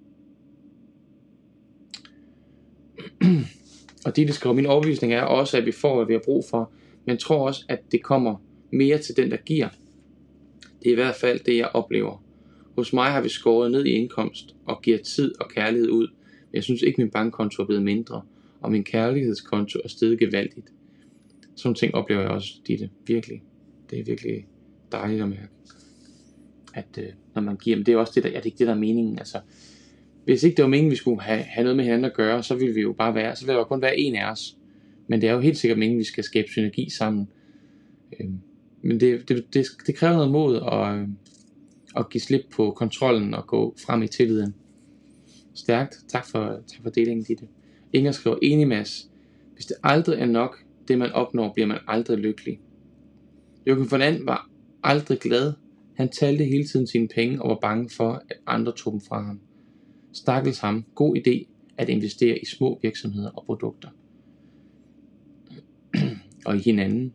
Og det, det skriver, min overbevisning er også, at vi får, hvad vi har brug for, men tror også, at det kommer mere til den, der giver. Det er i hvert fald det, jeg oplever. Hos mig har vi skåret ned i indkomst og giver tid og kærlighed ud. Men jeg synes ikke, min bankkonto er blevet mindre, og min kærlighedskonto er steget gevaldigt. Sådan nogle ting oplever jeg også, Ditte. Virkelig. Det er virkelig dejligt at mærke. At øh, når man giver, men det er også det, der, ja, det er ikke det, der er meningen. Altså, hvis ikke det var meningen, vi skulle have, have noget med hinanden at gøre, så ville vi jo bare være, så ville der jo kun være en af os. Men det er jo helt sikkert meningen, vi skal skabe synergi sammen. Øh, men det, det, det, det kræver noget mod at, øh, at give slip på kontrollen og gå frem i tilliden. Stærkt. Tak for, tak for delingen, Ditte. Inger skriver, enig Mads. Hvis det aldrig er nok, det man opnår, bliver man aldrig lykkelig. Joachim von And var aldrig glad. Han talte hele tiden sine penge og var bange for, at andre tog dem fra ham. Stakkels ham. God idé at investere i små virksomheder og produkter. Og i hinanden.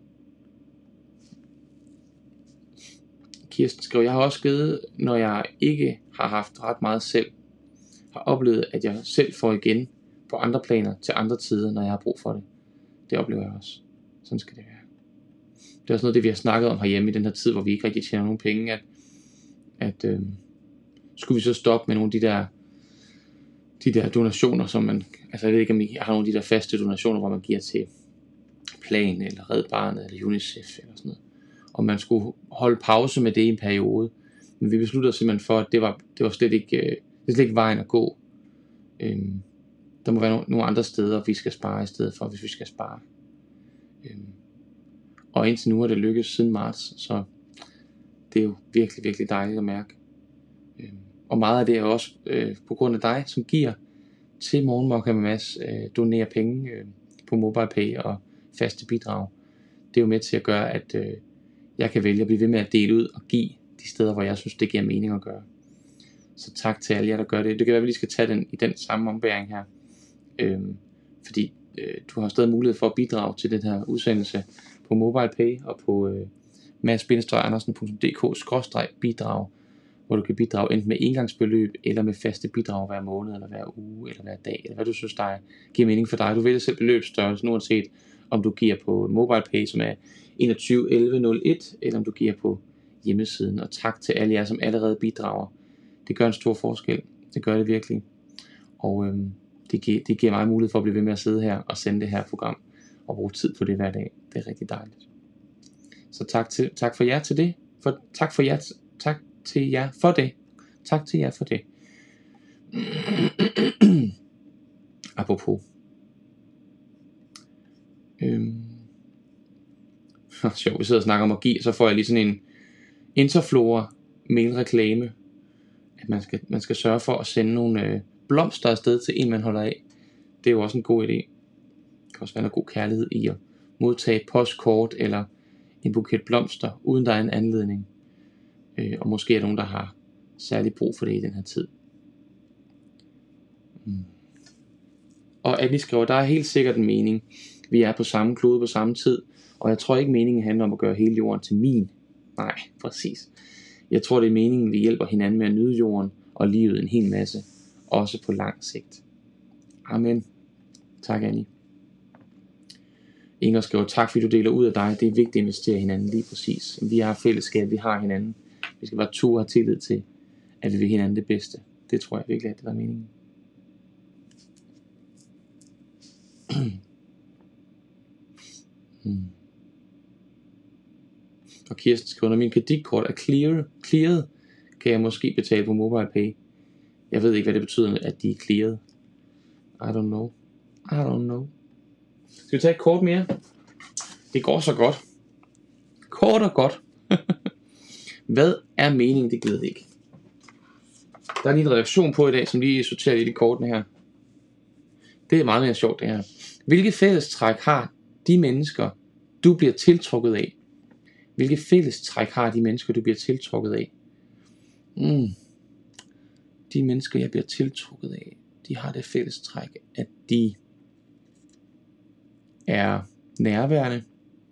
Kirsten skriver, jeg har også givet, når jeg ikke har haft ret meget selv. Har oplevet, at jeg selv får igen på andre planer til andre tider, når jeg har brug for det. Det oplever jeg også. Sådan skal det være. Det er også noget det, vi har snakket om herhjemme i den her tid, hvor vi ikke rigtig tjener nogen penge, at, at øh, skulle vi så stoppe med nogle af de der, de der donationer, som man, altså jeg ved ikke, om I har nogle af de der faste donationer, hvor man giver til Plan, eller Red Barnet, eller UNICEF, eller sådan noget. Og man skulle holde pause med det i en periode. Men vi besluttede simpelthen for, at det var, det var slet ikke, det er slet ikke vejen at gå. Øhm, der må være no- nogle andre steder, vi skal spare i stedet for, hvis vi skal spare. Øhm, og indtil nu er det lykkedes siden marts, så det er jo virkelig, virkelig dejligt at mærke. Øhm, og meget af det er også øh, på grund af dig, som giver til Morgenmokka med Mads, øh, donerer penge øh, på MobilePay og faste bidrag. Det er jo med til at gøre, at øh, jeg kan vælge at blive ved med at dele ud og give de steder, hvor jeg synes, det giver mening at gøre. Så tak til alle jer, der gør det. Det kan være, at vi lige skal tage den i den samme ombæring her. Øhm, fordi øh, du har stadig mulighed for at bidrage til den her udsendelse på MobilePay og på øh, mads bindestreg andersen punktum d k skråstreg bidrag, hvor du kan bidrage enten med engangsbeløb eller med faste bidrag hver måned eller hver uge eller hver dag, eller hvad du synes der giver mening for dig. Du vælger selv beløbsstørrelsen, uanset om du giver på MobilePay, som er enogtyve elleve nul et, eller om du giver på hjemmesiden. Og tak til alle jer, som allerede bidrager. Det gør en stor forskel. Det gør det virkelig. Og øhm, det, giver, det giver mig mulighed for at blive ved med at sidde her og sende det her program og bruge tid på det hver dag. Det er rigtig dejligt. Så tak, til, tak for jer til det. For, tak for jer, tak til jer for det. Tak til jer for det. Apropos. Øhm. Sjovt, vi sidder og snakker om at give, så får jeg lige sådan en Interflora mailreklame, at man skal, man skal sørge for at sende nogle øh, blomster afsted til en, man holder af. Det er jo også en god idé. Det kan også være noget god kærlighed i at modtage postkort eller en buket blomster, uden der er en anledning. Øh, og måske er der nogen, der har særlig brug for det i den her tid. Mm. Og at vi skriver, der er helt sikkert en mening. Vi er på samme klode på samme tid, og jeg tror ikke meningen handler om at gøre hele jorden til min. Nej, præcis. Jeg tror det er meningen, vi hjælper hinanden med at nyde jorden og livet en hel masse, også på lang sigt. Amen. Tak, Annie. Inger skriver, tak fordi du deler ud af dig. Det er vigtigt at investere i hinanden, lige præcis. Vi har fællesskab, vi har hinanden. Vi skal bare turde have tillid til, at vi vil hinanden det bedste. Det tror jeg virkelig, at det er meningen. hmm. Og Kirsten skriver, når min kreditkort er clear, clearet, kan jeg måske betale på MobilePay. Jeg ved ikke, hvad det betyder, at de er clearet. I don't know. I don't know. Skal vi tage et kort mere? Det går så godt. Kort og godt. Hvad er meningen? Det ved jeg ikke. Der er lige en redaktion på i dag, som lige sorterer lidt i kortene her. Det er meget mere sjovt det her. Hvilke fællestræk har de mennesker, du bliver tiltrukket af? Hvilke fællestræk har de mennesker, du bliver tiltrukket af? Mm. De mennesker, jeg bliver tiltrukket af, de har det fællestræk, at de er nærværende,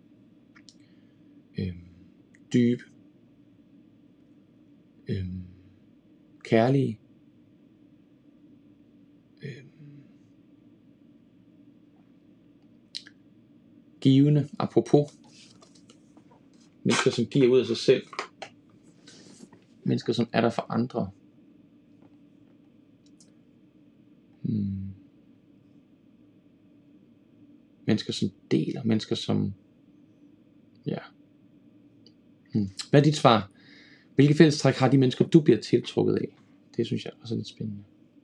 øhm, dybe, øhm, kærlige, øhm, givende, apropos, mennesker som giver ud af sig selv, mennesker som er der for andre, hmm. mennesker som deler, mennesker som, ja, hmm. Hvad er dit svar? Hvilke fællestræk har de mennesker, du bliver tiltrukket af? Det synes jeg også er lidt spændende.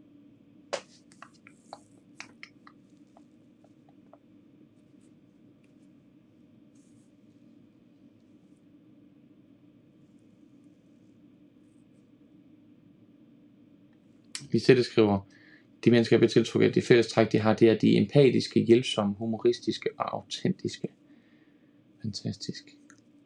Lisette skriver, de mennesker, jeg bliver tiltrukket af, de fællestræk, de har, det er de empatiske, hjælpsomme, humoristiske og autentiske. Fantastisk.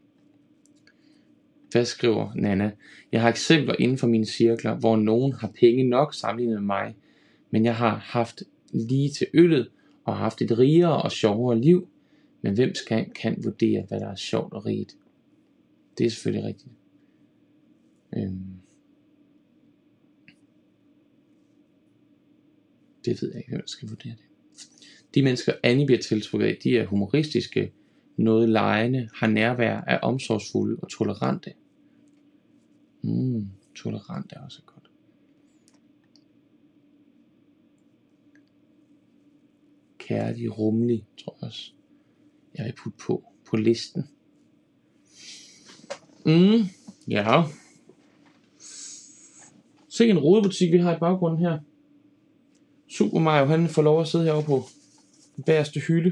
Hvad skriver Nana? Jeg har eksempler inden for mine cirkler, hvor nogen har penge nok sammenlignet med mig, men jeg har haft lige til øllet og har haft et rigere og sjovere liv, men hvem skal, kan vurdere, hvad der er sjovt og rigt? Det er selvfølgelig rigtigt. Øhm. Det ved jeg ikke, hvem der skal vurdere det. De mennesker, Annie bliver tiltrukket af, de er humoristiske, noget legende, har nærvær, er omsorgsfulde og tolerante. Mm, tolerant er også godt. Kærlig, rummelig, tror jeg også, jeg vil putte på, på listen. Mm, ja. Se en rodebutik, vi har i baggrunden her. Super Mario, han får lov at sidde herovre på den bagerste hylde.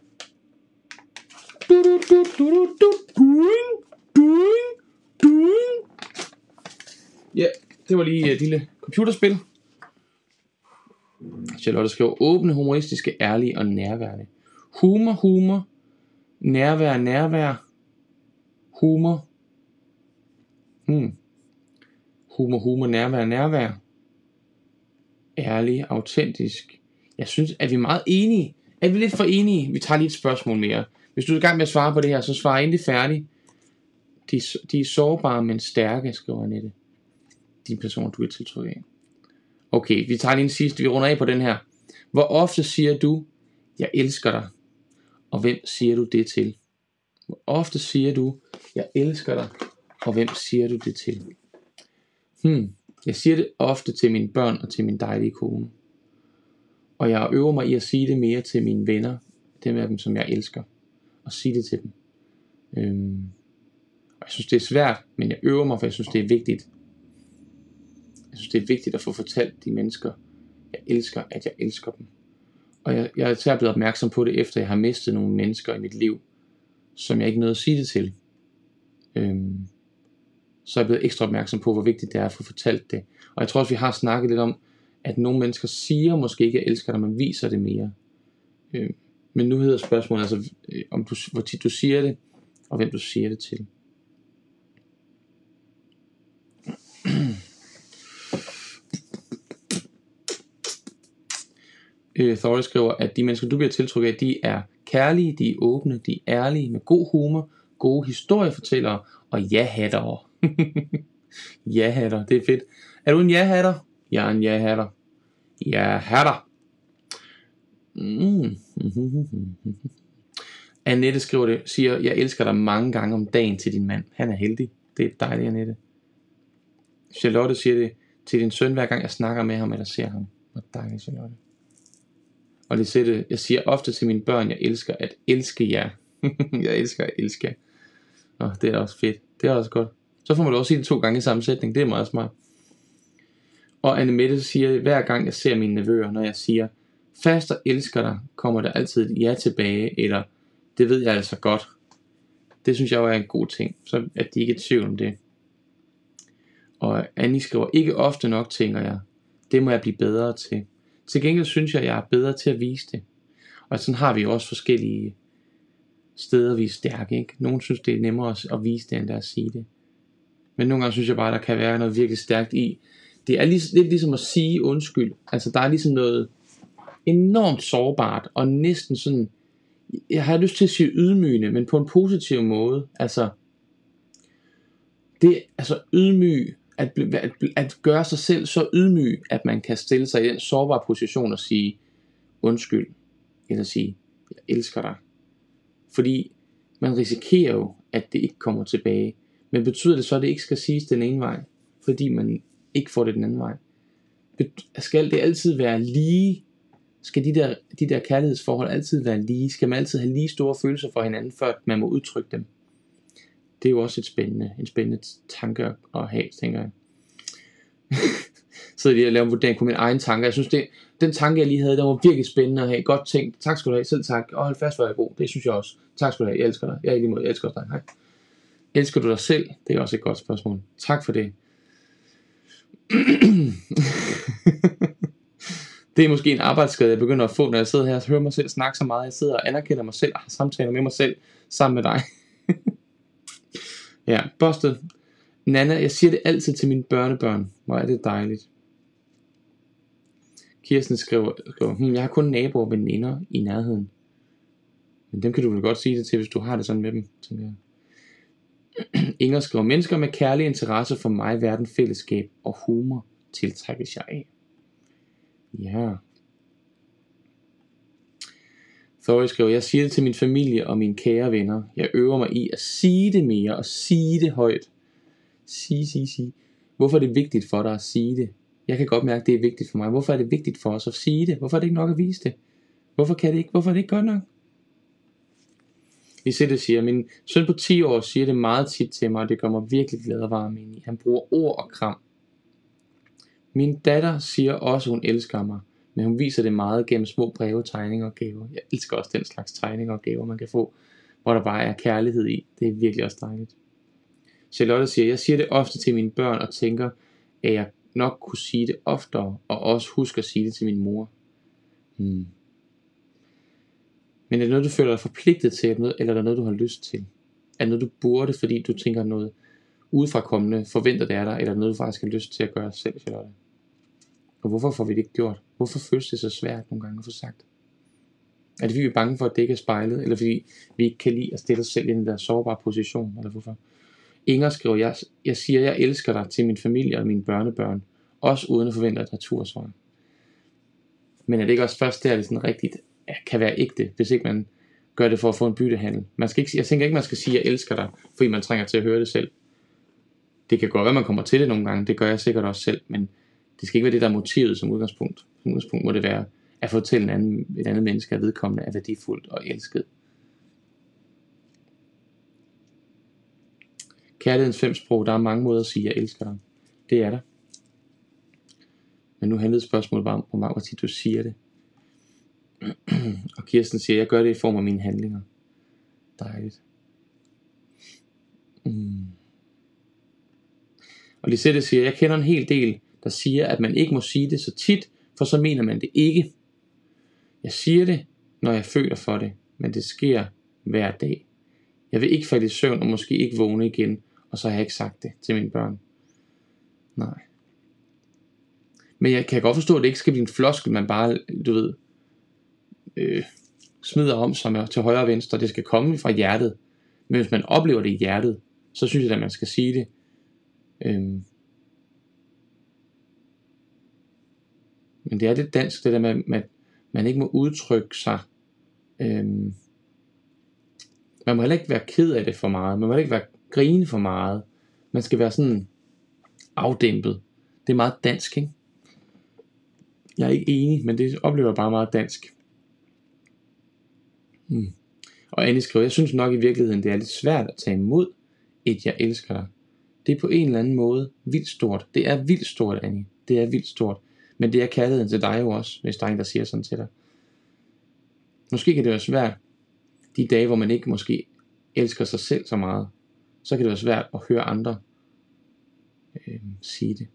Ja, det var lige et lille computerspil. Charlotte skriver, åbne, humoristiske, ærlige og nærværende. Humor, humor, nærvær, nærvær, humor. Hmm. Humor, humor, nærvær, nærvær. Ærlig, autentisk. Jeg synes, at vi er meget enige. Er vi lidt for enige? Vi tager lige et spørgsmål mere. Hvis du er i gang med at svare på det her, så svar endelig færdig. De, de er sårbare, men stærke, skriver Annette. De personer, du er tiltrykket af. Okay, vi tager lige en sidste. Vi runder af på den her. Hvor ofte siger du, jeg elsker dig? Og hvem siger du det til? Hvor ofte siger du, jeg elsker dig? Og hvem siger du det til? Hmm, jeg siger det ofte til mine børn og til min dejlige kone. Og jeg øver mig i at sige det mere til mine venner, dem af dem, som jeg elsker. Og sige det til dem. Øhm, og jeg synes, det er svært, men jeg øver mig, for jeg synes, det er vigtigt. Jeg synes, det er vigtigt at få fortalt de mennesker, jeg elsker, at jeg elsker dem. Og jeg, jeg er især blevet opmærksom på det, efter jeg har mistet nogle mennesker i mit liv, som jeg ikke nåede at sige det til. Øhm, så er jeg blevet ekstra opmærksom på, hvor vigtigt det er at få fortalt det. Og jeg tror også, vi har snakket lidt om, at nogle mennesker siger måske ikke, at jeg elsker dig, men viser det mere. Øhm, men nu hedder spørgsmålet altså, om du, hvor tit du siger det, og hvem du siger det til. øh, Thorey skriver, at de mennesker, du bliver tiltrukket af, de er kærlige, de er åbne, de er ærlige, med god humor, gode historiefortællere og ja-hattere. Ja-hatter, det er fedt. Er du en ja-hatter? Jeg er en ja-hatter. Ja-hatter. Mm. Annette skriver det, siger, jeg elsker dig mange gange om dagen til din mand. Han er heldig. Det er dejligt, Annette. Charlotte siger det til din søn, hver gang jeg snakker med ham eller ser ham. Hvor dejligt, Charlotte. Og det siger det, jeg siger ofte til mine børn, jeg elsker at elske jer. Jeg elsker at elske jer. Nå, det er også fedt. Det er også godt. Så får man også sige det to gange i samme sætning. Det er meget smart. Og Anne Mette siger, hver gang jeg ser mine nevøer, når jeg siger, fast og elsker dig, kommer der altid et ja tilbage, eller det ved jeg altså godt. Det synes jeg jo er en god ting, så at de ikke er i tvivl om det. Og Annie skriver, ikke ofte nok, tænker jeg. Det må jeg blive bedre til. Til gengæld synes jeg, jeg er bedre til at vise det. Og sådan har vi jo også forskellige steder, vi er stærke, ikke? Nogle synes, det er nemmere at vise det, end der at sige det. Men nogle gange synes jeg bare, der kan være noget virkelig stærkt i. Det er lidt ligesom at sige undskyld. Altså der er ligesom noget enormt sårbart, og næsten sådan, jeg har lyst til at sige ydmygende, men på en positiv måde. Altså, det altså ydmyg, at, at, at gøre sig selv så ydmyg, at man kan stille sig i den sårbare position og sige undskyld, eller sige, jeg elsker dig. Fordi man risikerer jo, at det ikke kommer tilbage. Men betyder det så, at det ikke skal siges den ene vej, fordi man ikke får det den anden vej? Skal det altid være lige? Skal de der, de der kærlighedsforhold altid være lige? Skal man altid have lige store følelser for hinanden, før man må udtrykke dem? Det er jo også et spændende, en spændende tanke at have, tænker jeg. Så lige at lave en vurdering på mine egne tanker. Jeg synes, det, den tanke, jeg lige havde, den var virkelig spændende at have. Godt tænkt. Tak skal du have. Selv tak. Og hold fast, hvor jeg er god. Det synes jeg også. Tak skal du have. Jeg elsker dig. Jeg er ikke imod. Jeg elsker dig. Hej. Elsker du dig selv? Det er også et godt spørgsmål. Tak for det. Det er måske en arbejdsskade, jeg begynder at få, når jeg sidder her og hører mig selv snakke så meget. Jeg sidder og anerkender mig selv og har samtaler med mig selv sammen med dig. Ja, Busted. Nana, jeg siger det altid til mine børnebørn. Hvor er det dejligt. Kirsten skriver, skriver hm, jeg har kun naboer og veninder i nærheden. Men dem kan du vel godt sige det til, hvis du har det sådan med dem, tænker jeg. Inger skriver, mennesker med kærlig interesse for mig, verden, fællesskab og humor tiltrækkes jeg af. Ja. Thorey skriver, jeg siger det til min familie og mine kære venner. Jeg øver mig i at sige det mere og sige det højt. Sige, sige, sige. Hvorfor er det vigtigt for dig at sige det? Jeg kan godt mærke, at det er vigtigt for mig. Hvorfor er det vigtigt for os at sige det? Hvorfor er det ikke nok at vise det? Hvorfor kan det ikke? Hvorfor er det ikke godt nok? Lisette siger, min søn på ti år siger det meget tit til mig, og det gør mig virkelig glad og varm ind i. Han bruger ord og kram. Min datter siger også, hun elsker mig, men hun viser det meget gennem små breve, tegninger og gaver. Jeg elsker også den slags tegninger og gaver, man kan få, hvor der bare er kærlighed i. Det er virkelig også dejligt. Charlotte siger, jeg siger det ofte til mine børn og tænker, at jeg nok kunne sige det oftere, og også huske at sige det til min mor. Hmm. Men er det noget, du føler dig forpligtet til, eller er det noget, du har lyst til? Er det noget, du burde, fordi du tænker noget udefrakommende forventer det af dig, eller noget du faktisk har lyst til at gøre selv, Charlotte? Og hvorfor får vi det ikke gjort? Hvorfor føles det så svært nogle gange at få sagt? Er det fordi vi er bange for at det ikke er spejlet, eller fordi vi ikke kan lide at stille os selv i den der sårbare position, eller hvorfor? Inger skriver, jeg, jeg siger, jeg elsker dig til min familie og mine børnebørn, også uden at forvente et retursvar. Men er det ikke også først der, det sådan rigtigt kan være ægte, hvis ikke man gør det for at få en byttehandel? Man skal ikke, jeg tænker ikke, man skal sige, jeg elsker dig, fordi man trænger til at høre det selv. Det kan godt være, man kommer til det nogle gange, det gør jeg sikkert også selv, men det skal ikke være det, der er motivet som udgangspunkt. Som udgangspunkt må det være at fortælle en anden, et andet menneske, at vedkommende er værdifuldt og elsket. Kærlighedens fem sprog, der er mange måder at sige, jeg elsker dig. Det er der. Men nu handlede spørgsmålet bare om, hvor meget tid du siger det. Og Kirsten siger, jeg gør det i form af mine handlinger. Dejligt. Mm. Og Lisette siger, jeg kender en hel del, der siger, at man ikke må sige det så tit, for så mener man det ikke. Jeg siger det, når jeg føler for det, men det sker hver dag. Jeg vil ikke falde i søvn og måske ikke vågne igen, og så har jeg ikke sagt det til mine børn. Nej. Men jeg kan godt forstå, at det ikke skal blive en floskel, man bare, du ved, øh, smider om sig til højre og venstre. Det skal komme fra hjertet. Men hvis man oplever det i hjertet, så synes jeg, at man skal sige det. Øhm. Men det er lidt dansk, det der med, at man ikke må udtrykke sig. Øhm. Man må heller ikke være ked af det for meget. Man må heller ikke være grine for meget. Man skal være sådan afdæmpet. Det er meget dansk, ikke? Jeg er ikke enig, men det oplever jeg bare meget dansk. Hmm. Og Annie skriver, jeg synes nok i virkeligheden, det er lidt svært at tage imod et jeg elsker dig. Det er på en eller anden måde vildt stort. Det er vildt stort, Annie. Det er vildt stort. Men det er kærligheden til dig jo også, hvis der er en, der siger sådan til dig. Måske kan det være svært, de dage, hvor man ikke måske elsker sig selv så meget, så kan det være svært at høre andre øh, sige det.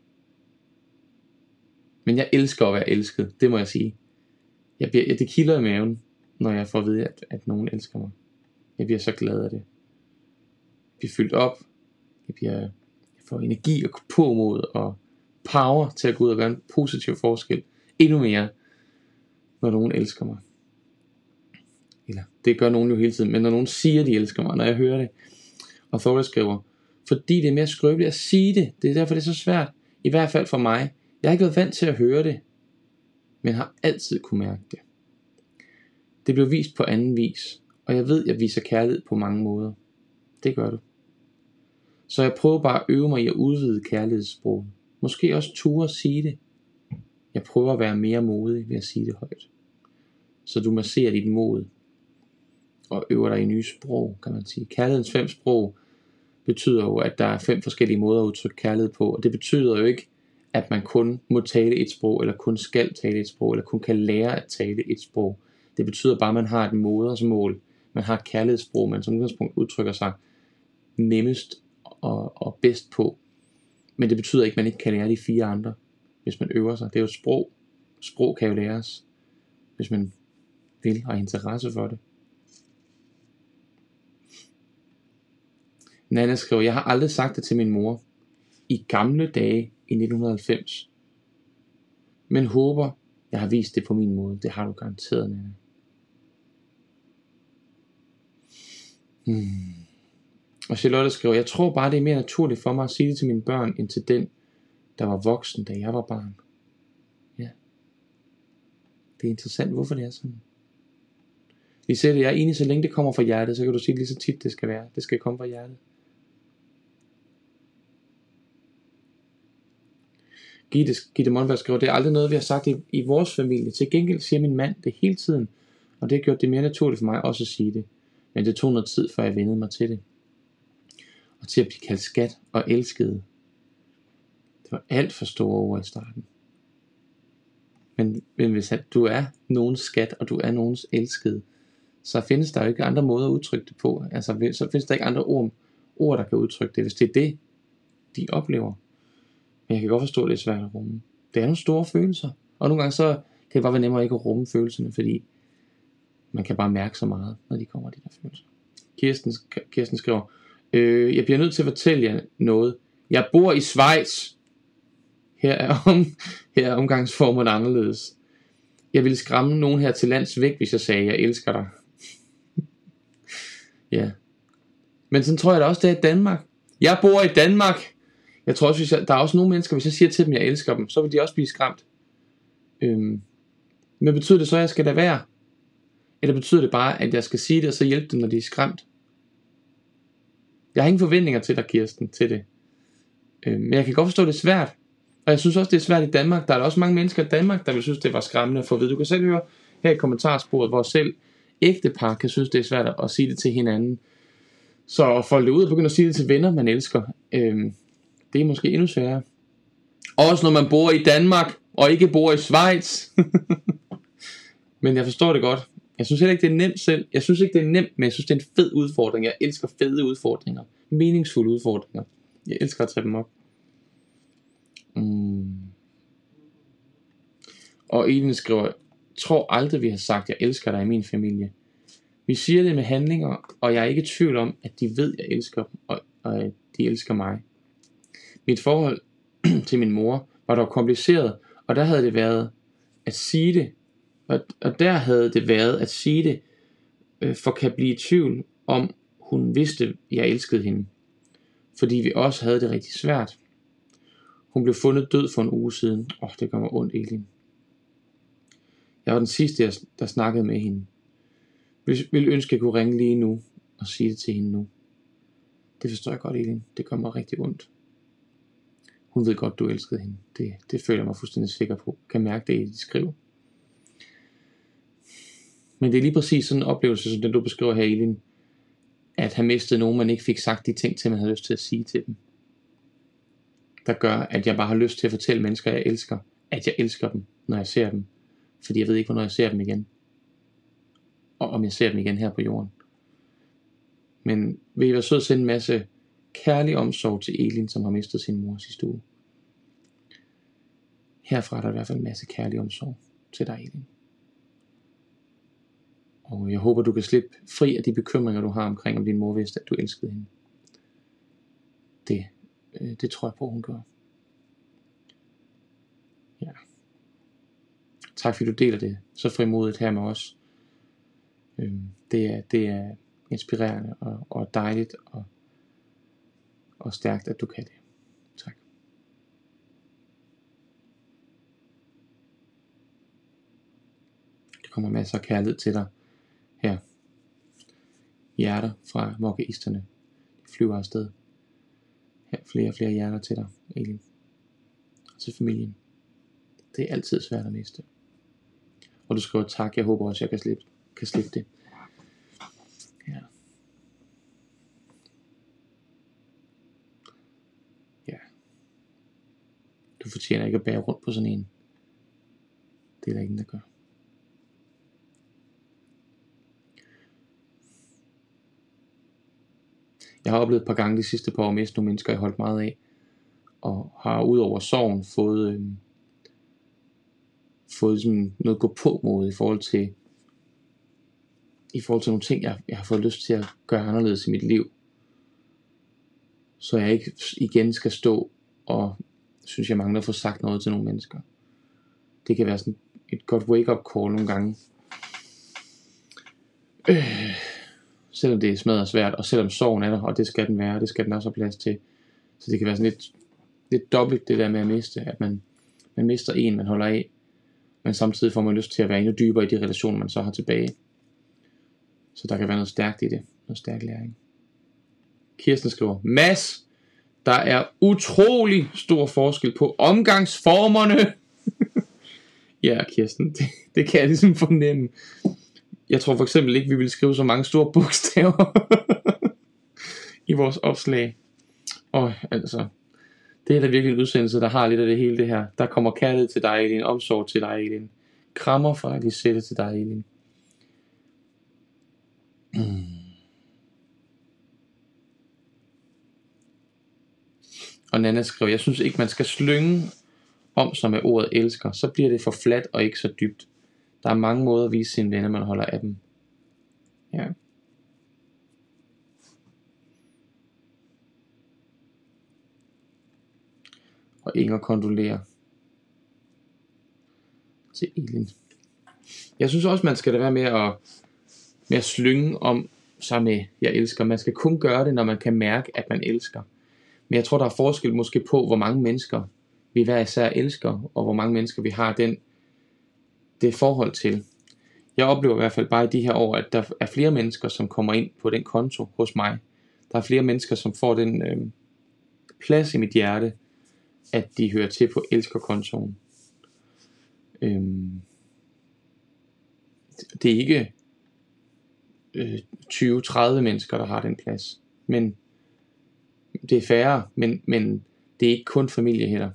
Men jeg elsker at være elsket, det må jeg sige. Jeg bliver, det kilder i maven, når jeg får at vide, at, at nogen elsker mig. Jeg bliver så glad af det. Jeg bliver fyldt op. Jeg, bliver, jeg får energi og påmod og power til at gå ud og gøre en positiv forskel. Endnu mere, når nogen elsker mig. Eller, det gør nogen jo hele tiden, men når nogen siger, de elsker mig, når jeg hører det. Og Thora skriver, fordi det er mere skrøbeligt at sige det. Det er derfor, det er så svært. I hvert fald for mig. Jeg har ikke været vant til at høre det, men har altid kunne mærke det. Det blev vist på anden vis, og jeg ved, jeg viser kærlighed på mange måder. Det gør du. Så jeg prøver bare at øve mig i at udvide kærlighedssproget. Måske også ture at sige det. Jeg prøver at være mere modig ved at sige det højt. Så du masserer dit mod og øver dig i nye sprog, kan man sige. Kærlighedens fem sprog betyder jo, at der er fem forskellige måder at udtrykke kærlighed på, og det betyder jo ikke, at man kun må tale et sprog, eller kun skal tale et sprog, eller kun kan lære at tale et sprog. Det betyder bare, at man har et modersmål, man har et kærlighedssprog, man som udgangspunkt udtrykker sig nemmest og, og bedst på. Men det betyder ikke, at man ikke kan lære de fire andre, hvis man øver sig. Det er jo et sprog. Sprog kan jo læres, hvis man vil og har interesse for det. Nana skriver, jeg har aldrig sagt det til min mor i gamle dage i nitten halvfems, men håber, jeg har vist det på min måde. Det har du garanteret, Nana. Hmm. Og Charlotte skriver, jeg tror bare, det er mere naturligt for mig at sige det til mine børn, end til den, der var voksen, da jeg var barn. Ja. Det er interessant, hvorfor det er sådan. Lisette, jeg er enig, så længe det kommer fra hjertet, så kan du sige det lige så tit det skal være. Det skal komme fra hjertet. Gitte, Gitte Monberg skriver, det er aldrig noget, vi har sagt i, i vores familie. Til gengæld siger min mand det hele tiden, og det har gjort det mere naturligt for mig også at sige det. Men det tog noget tid, før jeg vendede mig til det. Og til at blive kaldt skat og elskede. Det var alt for store ord i starten. Men, men hvis at du er nogens skat, og du er nogens elskede, så findes der jo ikke andre måder at udtrykke det på. Altså, så findes der ikke andre ord, ord, der kan udtrykke det, hvis det er det, de oplever. Men jeg kan godt forstå, at det er svært at rumme. Det er nogle store følelser. Og nogle gange så kan det bare være nemmere ikke at rumme følelserne, fordi man kan bare mærke så meget, når de kommer, de der følelser. Kirsten, Kirsten skriver, øh, jeg bliver nødt til at fortælle jer noget. Jeg bor i Schweiz. Her er, om, her er omgangsformen anderledes. Jeg ville skræmme nogen her til lands væk, hvis jeg sagde, jeg elsker dig. Ja. Men sådan tror jeg da også, det er i Danmark. Jeg bor i Danmark. Jeg tror også, hvis jeg, der er også nogle mennesker, hvis jeg siger til dem, jeg elsker dem, så vil de også blive skræmt. Øhm. Men betyder det så, at jeg skal da være? Eller betyder det bare, at jeg skal sige det, og så hjælpe dem, når de er skræmt? Jeg har ingen forventninger til dig, Kirsten, til det. Øhm. Men jeg kan godt forstå, at det er svært. Og jeg synes også, det er svært i Danmark. Der er der også mange mennesker i Danmark, der vil synes, det var skræmmende at få at vide. Du kan selv høre her i kommentarsporet, hvor selv ægtepar kan synes, det er svært at sige det til hinanden. Så at folde det ud og begynde at sige det til venner, man elsker, øhm, det er måske endnu sværere. Også når man bor i Danmark, og ikke bor i Schweiz. Men jeg forstår det godt. Jeg synes heller ikke, det er nemt selv. Jeg synes ikke, det er nemt, men jeg synes, det er en fed udfordring. Jeg elsker fede udfordringer. Meningsfulde udfordringer. Jeg elsker at tage dem op. Mm. Og Elin skriver, tror aldrig vi har sagt jeg elsker dig i min familie. Vi siger det med handlinger, og jeg er ikke i tvivl om at de ved jeg elsker dem, og, og at de elsker mig. Mit forhold til min mor var dog kompliceret, og der havde det været at sige det, og, og der havde det været at sige det, øh, for kan blive i tvivl om hun vidste jeg elskede hende, fordi vi også havde det rigtig svært. Hun blev fundet død for en uge siden. Åh, oh, det gør mig ondt, Elin. Jeg var den sidste, der snakkede med hende. Jeg ville ønske, at jeg kunne ringe lige nu og sige det til hende nu. Det forstår jeg godt, Elin. Det gør mig rigtig ondt. Hun ved godt, du elskede hende. Det, det føler jeg mig fuldstændig sikker på. Kan mærke det, de skriver. Men det er lige præcis sådan en oplevelse, som den du beskriver her, Elin. At have mistet nogen, man ikke fik sagt de ting til, man havde lyst til at sige til dem. Der gør, at jeg bare har lyst til at fortælle mennesker, jeg elsker, at jeg elsker dem, når jeg ser dem. Fordi jeg ved ikke, hvornår jeg ser dem igen. Og om jeg ser dem igen her på jorden. Men vil I være sød at sende en masse kærlig omsorg til Elin, som har mistet sin mor sidste uge. Herfra er der i hvert fald en masse kærlig omsorg til dig, Elin. Og jeg håber, du kan slippe fri af de bekymringer, du har omkring, om din mor vidste, at du elskede hende. Det, øh, det tror jeg på, hun gør. Ja. Tak fordi du deler det så frimodigt her med os. Øh, det, er, det er inspirerende og, og dejligt og, og stærkt, at du kan det. Tak. Der kommer masser af kærlighed til dig her. Hjerter fra mokkeisterne. De flyver afsted. Her flere og flere hjerter til dig, Elin. Og til familien. Det er altid svært at miste. Og du skriver tak. Jeg håber også, jeg kan slippe, kan slippe det. Ja. Ja. Du fortjener ikke at bære rundt på sådan en. Det er der ingen, der gør. Jeg har oplevet et par gange de sidste par år at miste nogle mennesker, jeg holdt meget af. Og har ud over sorgen fået, øh, fået sådan noget gå på mod i forhold til, i forhold til nogle ting, jeg, jeg har fået lyst til at gøre anderledes i mit liv. Så jeg ikke igen skal stå og synes, jeg mangler at få sagt noget til nogle mennesker. Det kan være sådan et godt wake-up call nogle gange. Øh. Selvom det er smadret svært, og selvom sorgen er der, og det skal den være, det skal den også have plads til. Så det kan være sådan lidt, lidt dobbelt det der med at miste, at man, man mister en, man holder af, men samtidig får man lyst til at være endnu dybere i de relationer, man så har tilbage. Så der kan være noget stærkt i det, noget stærk læring. Kirsten skriver, Mads, der er utrolig stor forskel på omgangsformerne. Ja, Kirsten, det, det kan jeg ligesom fornemme. Jeg tror for eksempel ikke, vi ville skrive så mange store bogstaver i vores opslag. Og altså, det er da virkelig en udsendelse, der har lidt af det hele det her. Der kommer kærlighed til dig, Elin, omsorg til dig, Elin. Krammer fra Lisette til dig, Elin. Mm. Og Nana skriver, jeg synes ikke, man skal slynge om sig med ordet elsker. Så bliver det for fladt og ikke så dybt. Der er mange måder at vise sine venner, man holder af dem. Ja. Inger kondolerer til Elin. Jeg synes også, man skal da være med at, med at slynge om sig med, jeg elsker. Man skal kun gøre det, når man kan mærke, at man elsker. Men jeg tror, der er forskel måske på, hvor mange mennesker vi hver især elsker, og hvor mange mennesker vi har den, det forhold til. Jeg oplever i hvert fald bare i de her år, at der er flere mennesker, som kommer ind på den konto hos mig. Der er flere mennesker, som får den øh, plads i mit hjerte, at de hører til på elskerkontoen. Øhm, det er ikke øh, tyve til tredive mennesker, der har den plads. Men det er færre, men, men det er ikke kun familie heller.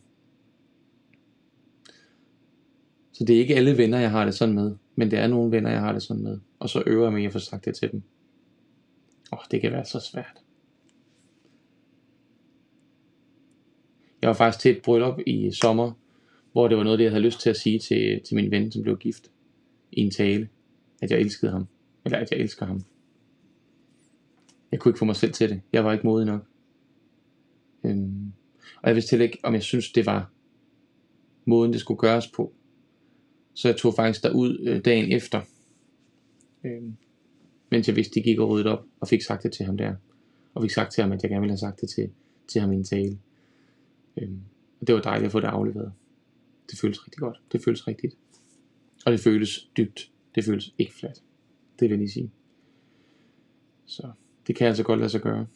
Så det er ikke alle venner, jeg har det sådan med. Men det er nogle venner, jeg har det sådan med. Og så øver jeg mig at få sagt det til dem. Åh, oh, det kan være så svært. Jeg var faktisk til et bryllup i sommer, hvor det var noget, det jeg havde lyst til at sige til, til min ven, som blev gift. I en tale. At jeg elskede ham. Eller at jeg elsker ham. Jeg kunne ikke få mig selv til det. Jeg var ikke modig nok. Øhm, og jeg vidste heller ikke, om jeg synes det var måden, det skulle gøres på. Så jeg tog faktisk derud øh, dagen efter, øh, mens jeg vidste, de gik og ryddede op, og fik sagt det til ham der. Og fik sagt til ham, at jeg gerne ville have sagt det til, til ham i en tale. Øh, og det var dejligt at få det afleveret. Det føles rigtig godt. Det føles rigtigt. Og det føles dybt. Det føles ikke fladt. Det vil jeg lige sige. Så det kan altså godt lade sig gøre.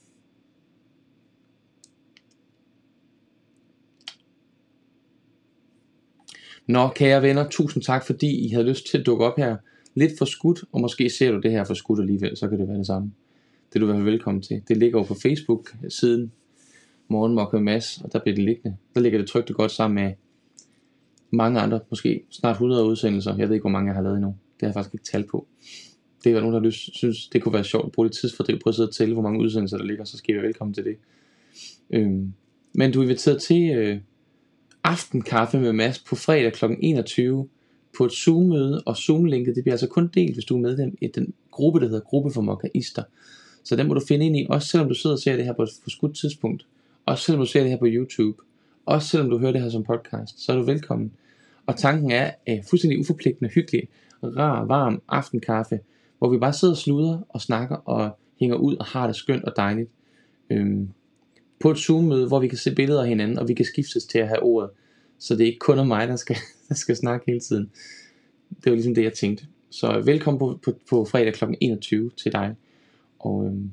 Nå, kære venner, tusind tak, fordi I havde lyst til at dukke op her. Lidt for skudt, og måske ser du det her for skudt alligevel, så kan det være det samme. Det er du i hvert fald velkommen til. Det ligger jo på Facebook-siden Morgenmok med Mads, og der bliver det liggende. Der ligger det trygt og godt sammen med mange andre, måske snart hundrede udsendelser. Jeg ved ikke, hvor mange jeg har lavet endnu. Det har jeg faktisk ikke tal på. Det er nogen, der lyst, synes, det kunne være sjovt at bruge lidt tidsfordriv på at sidde og tælle, hvor mange udsendelser der ligger, så skal I være velkommen til det. Øhm, men du er inviteret til øh, aftenkaffe med Mads på fredag klokken enogtyve på et Zoom-møde, og Zoom-linket, det bliver altså kun delt, hvis du er medlem i den gruppe, der hedder Gruppe for Mokkaister. Så den må du finde ind i, også selvom du sidder og ser det her på et forskudt tidspunkt, også selvom du ser det her på YouTube, også selvom du hører det her som podcast, så er du velkommen. Og tanken er uh, fuldstændig uforpligtende, hyggelig, rar, varm aftenkaffe, hvor vi bare sidder og sluder og snakker og hænger ud og har det skønt og dejligt. Øhm, på et Zoom-møde, hvor vi kan se billeder af hinanden, og vi kan skiftes til at have ordet, så det er ikke kun om mig, der skal, der skal snakke hele tiden. Det var ligesom det, jeg tænkte. Så velkommen på, på, på fredag klokken enogtyve til dig. Og, øhm,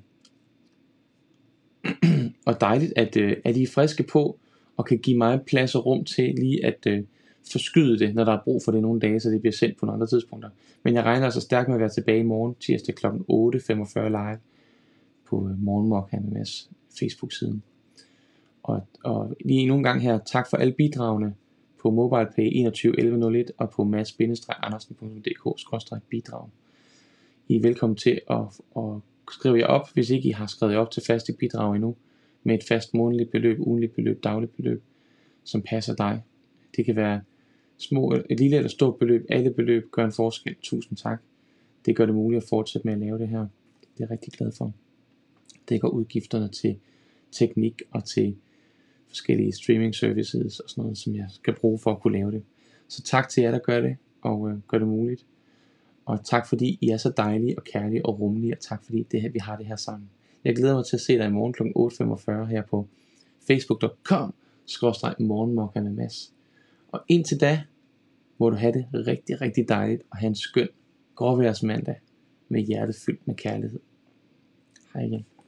og dejligt, at, øh, at I er friske på, og kan give mig plads og rum til lige at øh, forskyde det, når der er brug for det nogle dage, så det bliver sendt på nogle andre tidspunkter. Men jeg regner altså stærkt med at være tilbage i morgen, tirsdag klokken otte femogfyrre live, på øh, Morgenmok her med Mads Facebook-siden. Og, og lige nogle gange her, tak for alle bidragene på MobilePay enogtyve elleve nul et og på mads andersen punktum d k skråstreg bidrag. I er velkommen til at, at skrive jer op, hvis ikke I har skrevet jer op til faste bidrag endnu, med et fast månedligt beløb, ugenligt beløb, dagligt beløb, som passer dig. Det kan være små, et lille eller stort beløb. Alle beløb gør en forskel. Tusind tak. Det gør det muligt at fortsætte med at lave det her. Det er jeg rigtig glad for. Det går udgifterne til teknik og til forskellige streaming services og sådan noget, som jeg skal bruge for at kunne lave det. Så tak til jer, der gør det og øh, gør det muligt. Og tak fordi I er så dejlige og kærlige og rummelige, og tak fordi det her, vi har det her sammen. Jeg glæder mig til at se dig i morgen klokken otte femogfyrre her på facebook punktum com skråstreg morgenmok med Mads. Og indtil da må du have det rigtig, rigtig dejligt og have en skøn gråværsmandag med hjertet fyldt med kærlighed. Hej igen.